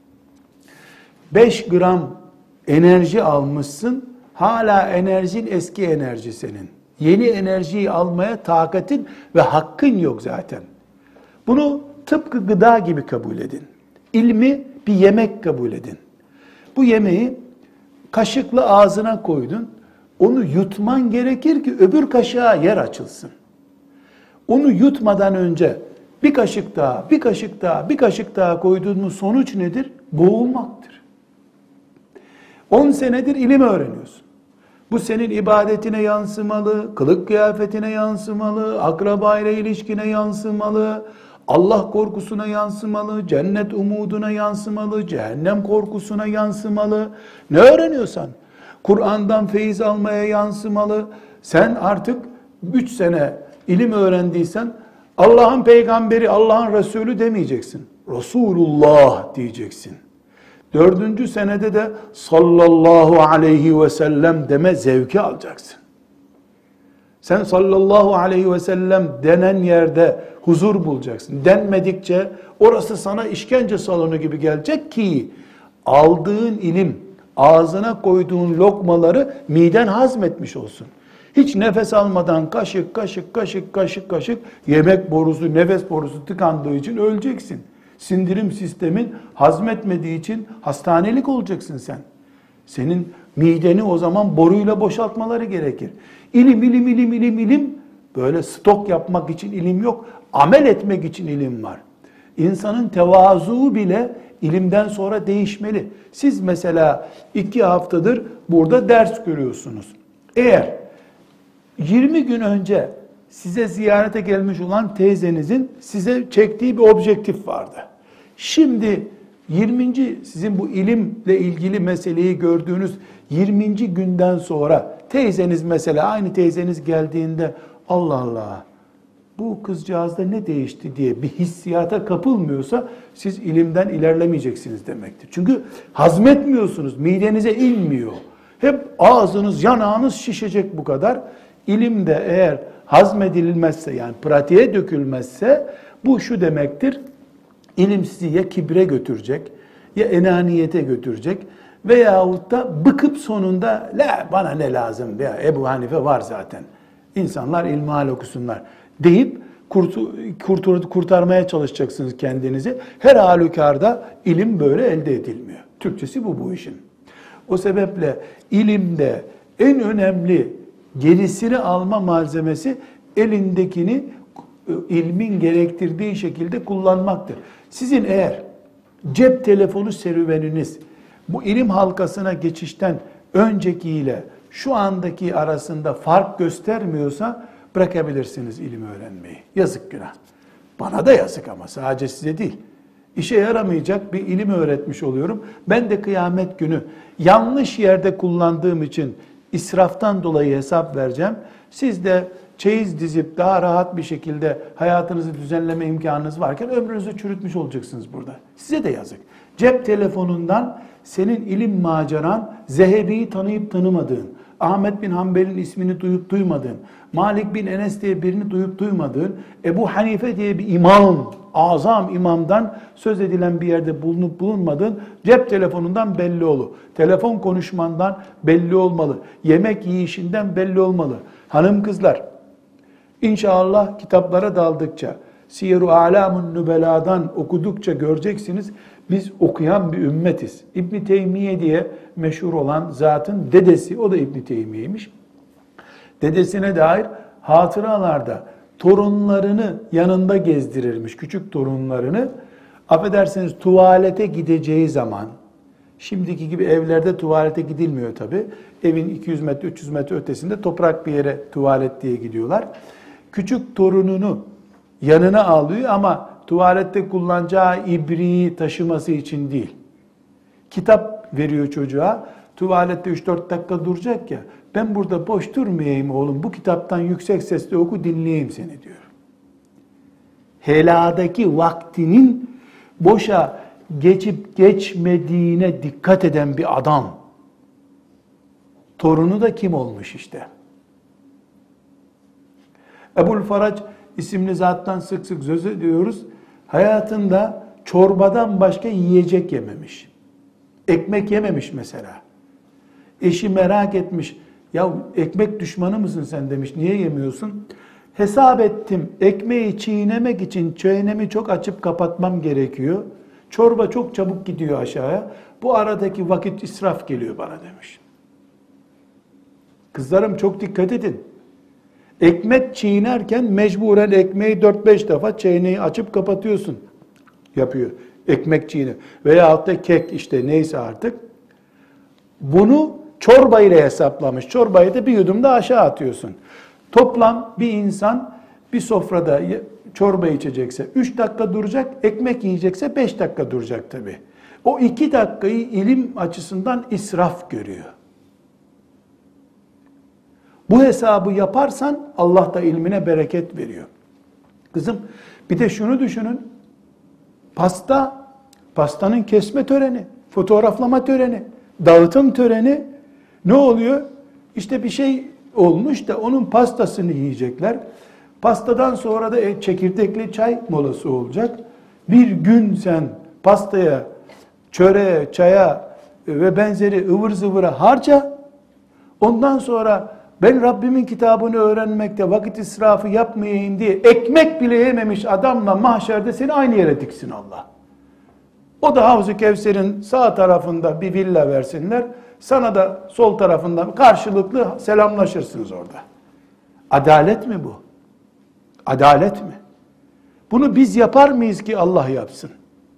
5 gram enerji almışsın, hala enerjin eski enerji senin. Yeni enerjiyi almaya takatin ve hakkın yok zaten. Bunu tıpkı gıda gibi kabul edin. İlmi bir yemek kabul edin. Bu yemeği kaşıkla ağzına koydun. Onu yutman gerekir ki öbür kaşığa yer açılsın. Onu yutmadan önce bir kaşık daha, bir kaşık daha, bir kaşık daha koyduğunuz sonuç nedir? Boğulmaktır. 10 senedir ilim öğreniyorsun. Bu senin ibadetine yansımalı, kılık kıyafetine yansımalı, akrabayla ilişkine yansımalı, Allah korkusuna yansımalı, cennet umuduna yansımalı, cehennem korkusuna yansımalı. Ne öğreniyorsan, Kur'an'dan feyiz almaya yansımalı. Sen artık 3 sene ilim öğrendiysen, Allah'ın peygamberi, Allah'ın Resulü demeyeceksin. Resulullah diyeceksin. 4. senede de sallallahu aleyhi ve sellem deme zevki alacaksın. Sen sallallahu aleyhi ve sellem denen yerde huzur bulacaksın. Denmedikçe orası sana işkence salonu gibi gelecek ki aldığın ilim, ağzına koyduğun lokmaları miden hazmetmiş olsun. Hiç nefes almadan kaşık kaşık kaşık kaşık kaşık yemek borusu, nefes borusu tıkandığı için öleceksin. Sindirim sistemin hazmetmediği için hastanelik olacaksın sen. Senin Mideni o zaman boruyla boşaltmaları gerekir. İlim, ilim, ilim, ilim, ilim. Böyle stok yapmak için ilim yok. Amel etmek için ilim var. İnsanın tevazu bile ilimden sonra değişmeli. Siz mesela 2 haftadır burada ders görüyorsunuz. Eğer 20 gün önce size ziyarete gelmiş olan teyzenizin size çektiği bir objektif vardı. Şimdi 20. sizin bu ilimle ilgili meseleyi gördüğünüz 20. günden sonra teyzeniz mesela aynı teyzeniz geldiğinde Allah Allah bu kızcağızda ne değişti diye bir hissiyata kapılmıyorsa siz ilimden ilerlemeyeceksiniz demektir. Çünkü hazmetmiyorsunuz, midenize inmiyor. Hep ağzınız, yanağınız şişecek bu kadar. İlim de eğer hazmedilmezse yani pratiğe dökülmezse bu şu demektir. İlim sizi ya kibre götürecek ya enaniyete götürecek veyahut da bıkıp sonunda la bana ne lazım ya Ebu Hanife var zaten. İnsanlar ilmihal okusunlar deyip kurtarmaya çalışacaksınız kendinizi. Her halükarda ilim böyle elde edilmiyor. Türkçesi bu işin. O sebeple ilimde en önemli gerisini alma malzemesi elindekini ilmin gerektirdiği şekilde kullanmaktır. Sizin eğer cep telefonu serüveniniz bu ilim halkasına geçişten öncekiyle şu andaki arasında fark göstermiyorsa bırakabilirsiniz ilim öğrenmeyi. Yazık günah. Bana da yazık ama sadece size değil. İşe yaramayacak bir ilim öğretmiş oluyorum. Ben de kıyamet günü yanlış yerde kullandığım için israftan dolayı hesap vereceğim. Siz de çeyiz dizip daha rahat bir şekilde hayatınızı düzenleme imkanınız varken ömrünüzü çürütmüş olacaksınız burada. Size de yazık. Cep telefonundan senin ilim maceran, Zehebi'yi tanıyıp tanımadığın, Ahmet bin Hanbel'in ismini duyup duymadığın, Malik bin Enes diye birini duyup duymadığın, Ebu Hanife diye bir imam, azam imamdan söz edilen bir yerde bulunup bulunmadığın cep telefonundan belli olur. Telefon konuşmandan belli olmalı. Yemek yiyişinden belli olmalı. Hanım kızlar, İnşallah kitaplara daldıkça, Siyer-u A'lamun Nübela'dan okudukça göreceksiniz. Biz okuyan bir ümmetiz. İbn Teymiye diye meşhur olan zatın dedesi, o da İbn Teymiye'ymiş. Dedesine dair hatıralarda torunlarını yanında gezdirirmiş, küçük torunlarını. Affedersiniz tuvalete gideceği zaman, şimdiki gibi evlerde tuvalete gidilmiyor tabii. Evin 200 metre, 300 metre ötesinde toprak bir yere tuvalet diye gidiyorlar. Küçük torununu yanına alıyor ama tuvalette kullanacağı ibriği taşıması için değil. Kitap veriyor çocuğa. Tuvalette 3-4 dakika duracak ya. Ben burada boş durmayayım oğlum. Bu kitaptan yüksek sesle oku dinleyeyim seni diyor. Heladaki vaktinin boşa geçip geçmediğine dikkat eden bir adam. Torunu da kim olmuş işte. Ebu'l-Farac isimli zattan sık sık söz ediyoruz. Hayatında çorbadan başka yiyecek yememiş. Ekmek yememiş mesela. Eşi merak etmiş. Ya ekmek düşmanı mısın sen demiş. Niye yemiyorsun? Hesap ettim. Ekmeği çiğnemek için çenemi çok açıp kapatmam gerekiyor. Çorba çok çabuk gidiyor aşağıya. Bu aradaki vakit israf geliyor bana demiş. Kızlarım çok dikkat edin. Ekmek çiğnerken mecburen ekmeği 4-5 defa çeneyi açıp kapatıyorsun. Yapıyor. Ekmek çiğne. Veyahut da kek işte neyse artık. Bunu çorba ile hesaplamış. Çorbayı da bir yudumda aşağı atıyorsun. Toplam bir insan bir sofrada çorba içecekse 3 dakika duracak, ekmek yiyecekse 5 dakika duracak tabii. O 2 dakikayı ilim açısından israf görüyor. Bu hesabı yaparsan Allah da ilmine bereket veriyor. Kızım bir de şunu düşünün. Pastanın kesme töreni, fotoğraflama töreni, dağıtım töreni ne oluyor? İşte bir şey olmuş da onun pastasını yiyecekler. Pastadan sonra da çekirdekli çay molası olacak. Bir gün sen pastaya, çöreğe, çaya ve benzeri ıvır zıvıra harca. Ondan sonra ben Rabbimin kitabını öğrenmekte vakit israfı yapmayayım diye ekmek bile yememiş adamla mahşerde seni aynı yere diksin Allah. O da Havz-ı Kevser'in sağ tarafında bir villa versinler. Sana da sol tarafından karşılıklı selamlaşırsınız orada. Adalet mi bu? Adalet mi? Bunu biz yapar mıyız ki Allah yapsın?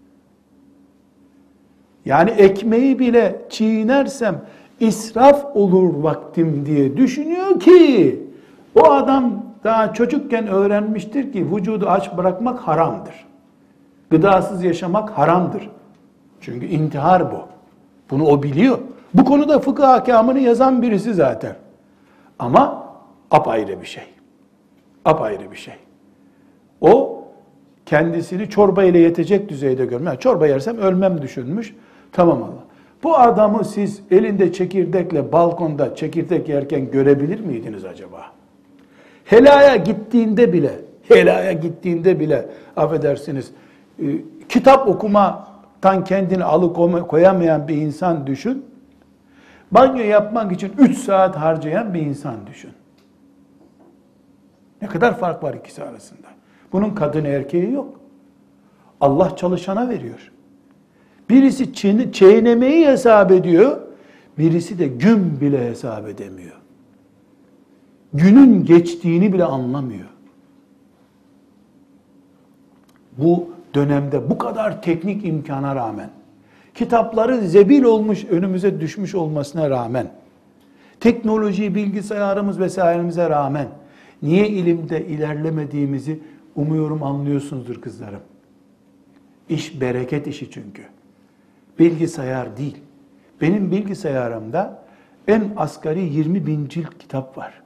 Yani ekmeği bile çiğnersem israf olur vaktim diye düşünüyor ki o adam daha çocukken öğrenmiştir ki vücudu aç bırakmak haramdır. Gıdasız yaşamak haramdır. Çünkü intihar bu. Bunu o biliyor. Bu konuda fıkıh ahkamını yazan birisi zaten. Ama apayrı bir şey. Apayrı bir şey. O kendisini çorba ile yetecek düzeyde görmüyor. Çorba yersem ölmem düşünmüş. Tamam Allah. Bu adamı siz elinde çekirdekle balkonda çekirdek yerken görebilir miydiniz acaba? Helaya gittiğinde bile affedersiniz kitap okumaktan kendini alıkoyamayan bir insan düşün. Banyo yapmak için 3 saat harcayan bir insan düşün. Ne kadar fark var ikisi arasında? Bunun kadın erkeği yok. Allah çalışana veriyor. Birisi çiğnemeyi hesap ediyor, birisi de gün bile hesap edemiyor. Günün geçtiğini bile anlamıyor. Bu dönemde bu kadar teknik imkana rağmen, kitapları zebil olmuş, önümüze düşmüş olmasına rağmen, teknoloji, bilgisayarımız vesairemize rağmen, niye ilimde ilerlemediğimizi umuyorum anlıyorsunuzdur kızlarım. İş bereket işi çünkü. Bilgisayar değil. Benim bilgisayarımda en asgari 20.000 cilt kitap var.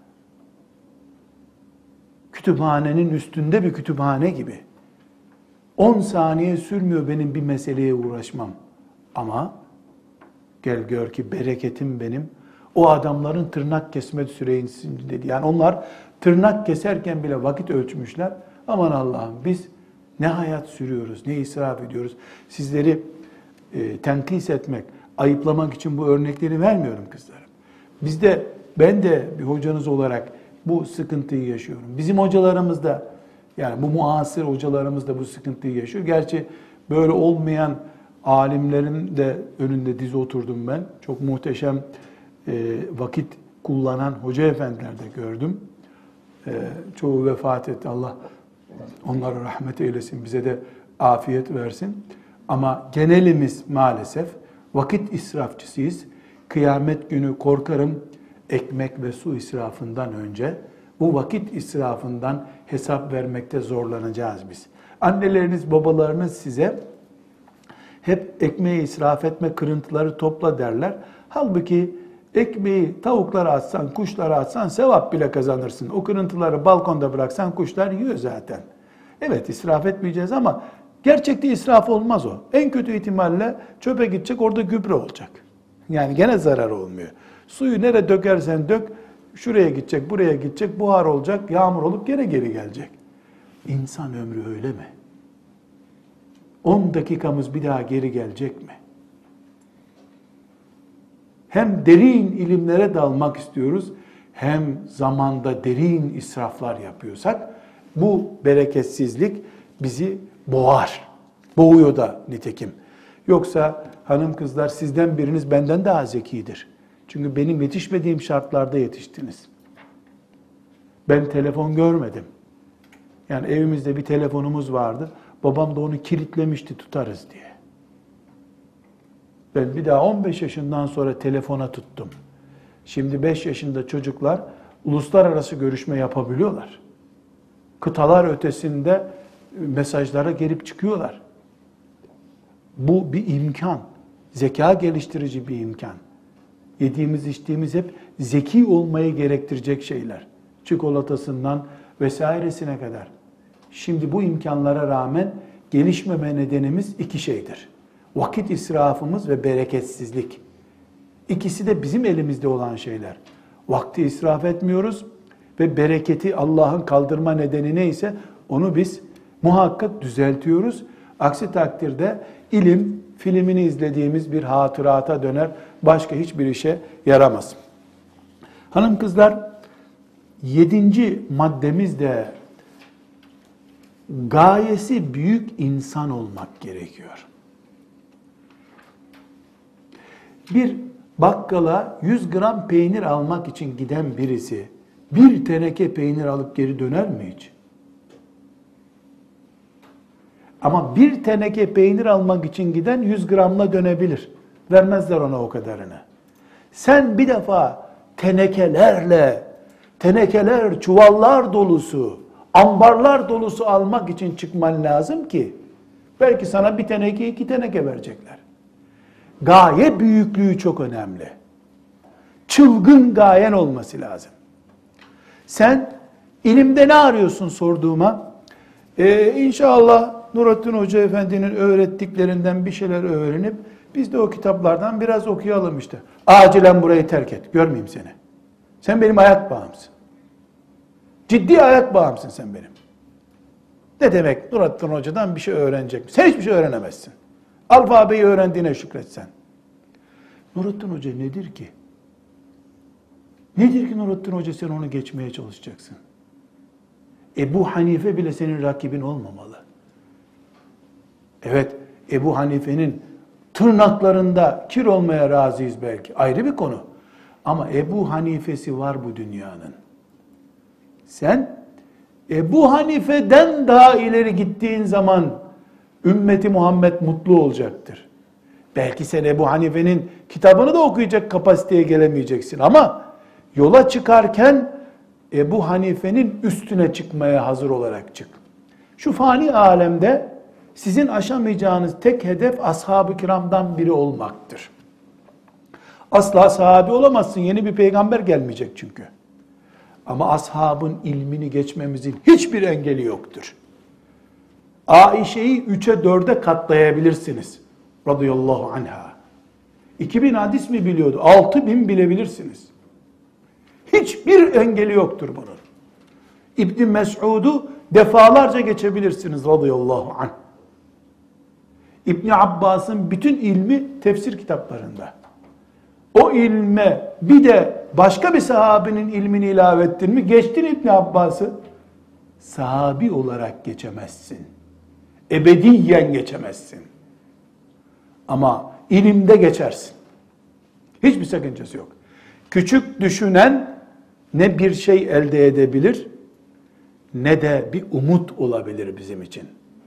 Kütüphanenin üstünde bir kütüphane gibi. 10 saniye sürmüyor benim bir meseleye uğraşmam. Ama gel gör ki bereketim benim. O adamların tırnak kesme süresinde dedi. Yani onlar tırnak keserken bile vakit ölçmüşler. Aman Allah'ım biz ne hayat sürüyoruz, ne israf ediyoruz. Sizleri tenkis etmek, ayıplamak için bu örnekleri vermiyorum kızlarım. Ben de bir hocanız olarak bu sıkıntıyı yaşıyorum. Bizim hocalarımız da, yani bu muasır hocalarımız da bu sıkıntıyı yaşıyor. Gerçi böyle olmayan alimlerin de önünde diz oturdum ben. Çok muhteşem vakit kullanan hoca efendiler de gördüm. Çoğu vefat etti. Allah onlara rahmet eylesin, bize de afiyet versin. Ama genelimiz maalesef vakit israfçısıyız. Kıyamet günü korkarım ekmek ve su israfından önce bu vakit israfından hesap vermekte zorlanacağız biz. Anneleriniz, babalarınız size hep ekmeği israf etme, kırıntıları topla derler. Halbuki ekmeği tavuklara atsan, kuşlara atsan sevap bile kazanırsın. O kırıntıları balkonda bıraksan kuşlar yiyor zaten. Evet, israf etmeyeceğiz ama gerçekte israf olmaz o. En kötü ihtimalle çöpe gidecek, orada gübre olacak. Yani gene zarar olmuyor. Suyu nereye dökersen dök, şuraya gidecek, buraya gidecek, buhar olacak, yağmur olup gene geri gelecek. İnsan ömrü öyle mi? 10 dakikamız bir daha geri gelecek mi? Hem derin ilimlere dalmak istiyoruz, hem zamanda derin israflar yapıyorsak, bu bereketsizlik bizi boğar. Boğuyor da nitekim. Yoksa hanım kızlar sizden biriniz benden daha zekidir. Çünkü benim yetişmediğim şartlarda yetiştiniz. Ben telefon görmedim. Yani evimizde bir telefonumuz vardı. Babam da onu kilitlemişti tutarız diye. Ben bir daha 15 yaşından sonra telefona tuttum. Şimdi 5 yaşında çocuklar uluslararası görüşme yapabiliyorlar. Kıtalar ötesinde mesajlara gelip çıkıyorlar. Bu bir imkan. Zeka geliştirici bir imkan. Yediğimiz, içtiğimiz hep zeki olmayı gerektirecek şeyler. Çikolatasından vesairesine kadar. Şimdi bu imkanlara rağmen gelişmeme nedenimiz iki şeydir. Vakit israfımız ve bereketsizlik. İkisi de bizim elimizde olan şeyler. Vakti israf etmiyoruz ve bereketi Allah'ın kaldırma nedeni neyse onu biz muhakkak düzeltiyoruz. Aksi takdirde ilim, filmini izlediğimiz bir hatırata döner, başka hiçbir işe yaramaz. Hanım kızlar, 7. maddemiz de gayesi büyük insan olmak gerekiyor. Bir bakkala 100 gram peynir almak için giden birisi bir teneke peynir alıp geri döner mi hiç? Ama bir teneke peynir almak için giden 100 gramla dönebilir. Vermezler ona o kadarını. Sen bir defa tenekeler, çuvallar dolusu, ambarlar dolusu almak için çıkman lazım ki belki sana bir teneke, 2 teneke verecekler. Gaye büyüklüğü çok önemli. Çılgın gayen olması lazım. Sen ilimde ne arıyorsun sorduğuma? İnşallah Nurattin Hoca Efendi'nin öğrettiklerinden bir şeyler öğrenip biz de o kitaplardan biraz okuyalım işte. Acilen burayı terk et. Görmeyeyim seni. Sen benim ayak bağımsın. Ciddi ayak bağımsın sen benim. Ne demek Nurattin Hoca'dan bir şey öğrenecek mi? Sen hiçbir şey öğrenemezsin. Alfabeyi öğrendiğine şükretsen. Nurattin Hoca nedir ki? Nedir ki Nurattin Hoca sen onu geçmeye çalışacaksın? Ebu Hanife bile senin rakibin olmamalı. Evet, Ebu Hanife'nin tırnaklarında kir olmaya razıyız belki. Ayrı bir konu. Ama Ebu Hanife'si var bu dünyanın. Sen Ebu Hanife'den daha ileri gittiğin zaman ümmeti Muhammed mutlu olacaktır. Belki sen Ebu Hanife'nin kitabını da okuyacak kapasiteye gelemeyeceksin ama yola çıkarken Ebu Hanife'nin üstüne çıkmaya hazır olarak çık. Şu fani alemde sizin aşamayacağınız tek hedef ashab-ı kiramdan biri olmaktır. Asla sahabi olamazsın. Yeni bir peygamber gelmeyecek çünkü. Ama ashabın ilmini geçmemizin hiçbir engeli yoktur. Aişe'yi 3'e 4'e katlayabilirsiniz. Radıyallahu anha. 2000 hadis mi biliyordu? 6000 bilebilirsiniz. Hiçbir engeli yoktur bunun. İbn Mes'ud'u defalarca geçebilirsiniz radıyallahu anh. İbn Abbas'ın bütün ilmi tefsir kitaplarında. O ilme bir de başka bir sahabinin ilmini ilave ettin mi, geçtin İbn Abbas'ı, sahabi olarak geçemezsin. Ebediyen geçemezsin. Ama ilimde geçersin. Hiçbir sakıncası yok. Küçük düşünen ne bir şey elde edebilir, ne de bir umut olabilir bizim için.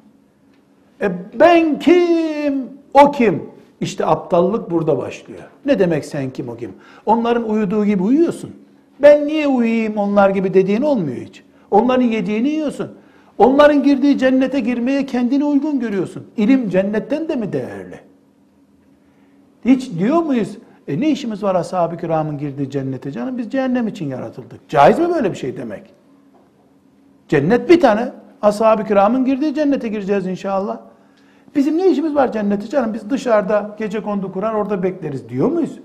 Ben kim, o kim? İşte aptallık burada başlıyor. Ne demek sen kim, o kim? Onların uyuduğu gibi uyuyorsun. Ben niye uyuyayım onlar gibi dediğin olmuyor hiç. Onların yediğini yiyorsun. Onların girdiği cennete girmeye kendini uygun görüyorsun. İlim cennetten de mi değerli? Hiç diyor muyuz? Ne işimiz var ashab-ı kiramın girdiği cennete canım? Biz cehennem için yaratıldık. Caiz mi böyle bir şey demek? Cennet bir tane. Ashab-ı kiramın girdiği cennete gireceğiz inşallah. Bizim ne işimiz var cennete canım? Biz dışarıda gecekondu kurar orada bekleriz diyor muyuz?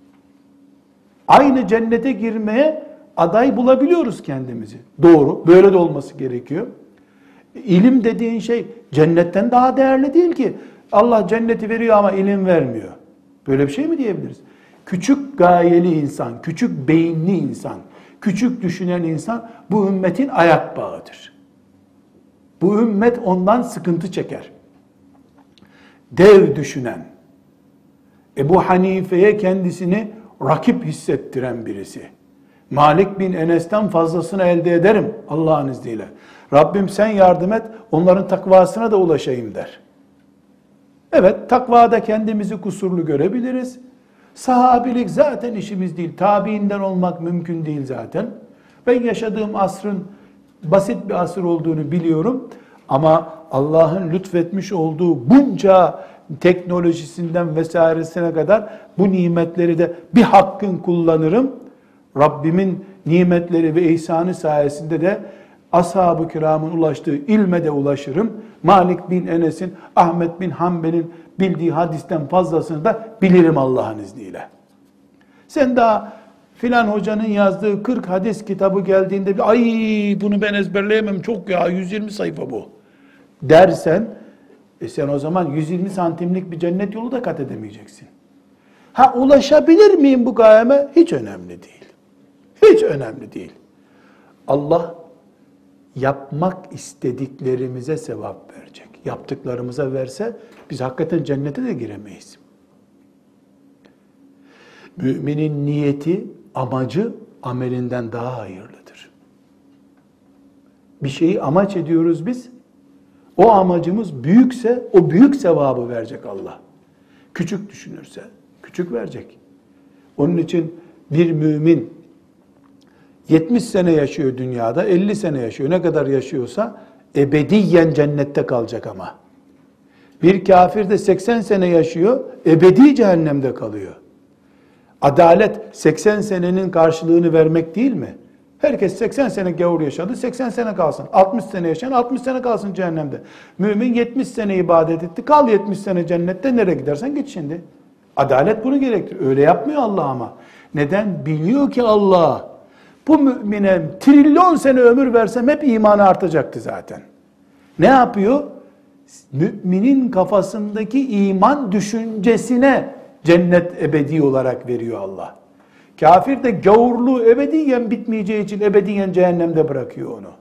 Aynı cennete girmeye aday bulabiliyoruz kendimizi. Doğru. Böyle de olması gerekiyor. İlim dediğin şey cennetten daha değerli değil ki. Allah cenneti veriyor ama ilim vermiyor. Böyle bir şey mi diyebiliriz? Küçük gayeli insan, küçük beyinli insan, küçük düşünen insan bu ümmetin ayak bağıdır. Bu ümmet ondan sıkıntı çeker. Dev düşünen, Ebu Hanife'ye kendisini rakip hissettiren birisi. Malik bin Enes'ten fazlasını elde ederim Allah'ın izniyle. Rabbim sen yardım et, onların takvasına da ulaşayım der. Evet, takvada kendimizi kusurlu görebiliriz. Sahabilik zaten işimiz değil. Tabiinden olmak mümkün değil zaten. Ben yaşadığım asrın basit bir asır olduğunu biliyorum. Ama Allah'ın lütfetmiş olduğu bunca teknolojisinden vesairesine kadar bu nimetleri de bir hakkın kullanırım. Rabbimin nimetleri ve ihsanı sayesinde de ashab-ı kiramın ulaştığı ilme de ulaşırım. Malik bin Enes'in, Ahmet bin Hanbel'in bildiği hadisten fazlasını da bilirim Allah'ın izniyle. Sen daha filan hocanın yazdığı 40 hadis kitabı geldiğinde ay bunu ben ezberleyemem çok ya 120 sayfa bu dersen sen o zaman 120 santimlik bir cennet yolu da kat edemeyeceksin. Ha ulaşabilir miyim bu gayeme? Hiç önemli değil. Hiç önemli değil. Allah yapmak istediklerimize sevap verecek. Yaptıklarımıza verse biz hakikaten cennete de giremeyiz. Müminin niyeti, amacı amelinden daha hayırlıdır. Bir şeyi amaç ediyoruz biz. O amacımız büyükse o büyük sevabı verecek Allah. Küçük düşünürse küçük verecek. Onun için bir mümin 70 sene yaşıyor dünyada, 50 sene yaşıyor. Ne kadar yaşıyorsa ebediyen cennette kalacak ama. Bir kafir de 80 sene yaşıyor, ebedi cehennemde kalıyor. Adalet 80 senenin karşılığını vermek değil mi? Herkes 80 sene gavur yaşadı, 80 sene kalsın. 60 sene yaşayan 60 sene kalsın cehennemde. Mümin 70 sene ibadet etti, kal 70 sene cennette, nereye gidersen git şimdi. Adalet bunu gerektirir. Öyle yapmıyor Allah ama. Neden? Biliyor ki Allah, bu mümine trilyon sene ömür versem hep imanı artacaktı zaten. Ne yapıyor? Müminin kafasındaki iman düşüncesine cennet ebedi olarak veriyor Allah. Kafir de gavurluğu ebediyen bitmeyeceği için ebediyen cehennemde bırakıyor onu.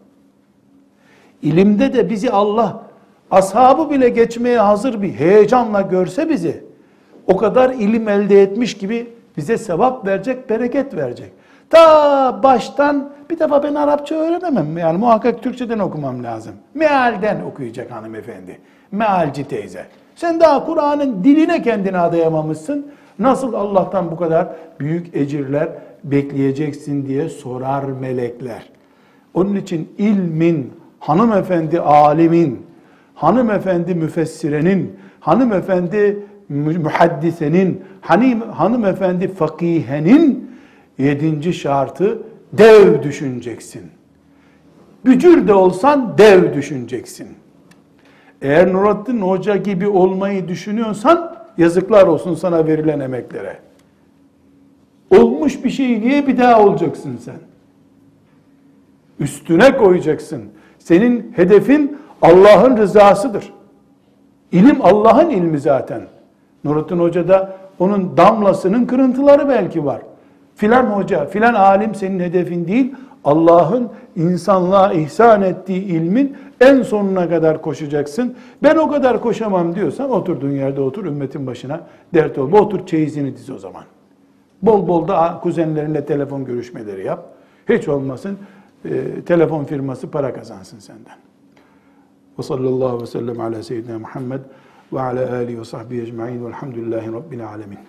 İlimde de bizi Allah, ashabı bile geçmeye hazır bir heyecanla görse bizi, o kadar ilim elde etmiş gibi bize sevap verecek, bereket verecek. Ta baştan, bir defa ben Arapça öğrenemem. Yani muhakkak Türkçeden okumam lazım. Mealden okuyacak hanımefendi. Mealci teyze. Sen daha Kur'an'ın diline kendini adayamamışsın. Nasıl Allah'tan bu kadar büyük ecirler bekleyeceksin diye sorar melekler. Onun için ilmin, hanımefendi alimin, hanımefendi müfessirenin, hanımefendi muhaddisenin, hanımefendi fakihenin 7. şartı dev düşüneceksin. Bücür de olsan dev düşüneceksin. Eğer Nurattin Hoca gibi olmayı düşünüyorsan yazıklar olsun sana verilen emeklere. Olmuş bir şey niye bir daha olacaksın sen? Üstüne koyacaksın. Senin hedefin Allah'ın rızasıdır. İlim Allah'ın ilmi zaten. Nurattin Hoca'da onun damlasının kırıntıları belki var. Filan hoca, filan alim senin hedefin değil. Allah'ın insanlığa ihsan ettiği ilmin en sonuna kadar koşacaksın. Ben o kadar koşamam diyorsan oturduğun yerde otur, ümmetin başına dert olma. Otur çeyizini diz o zaman. Bol bol da kuzenlerinle telefon görüşmeleri yap. Hiç olmasın telefon firması para kazansın senden. Ve sallallahu ve sellem ala seyyidina Muhammed ve ala alihi ve sahbihi ecma'in velhamdülillahi rabbil alemin.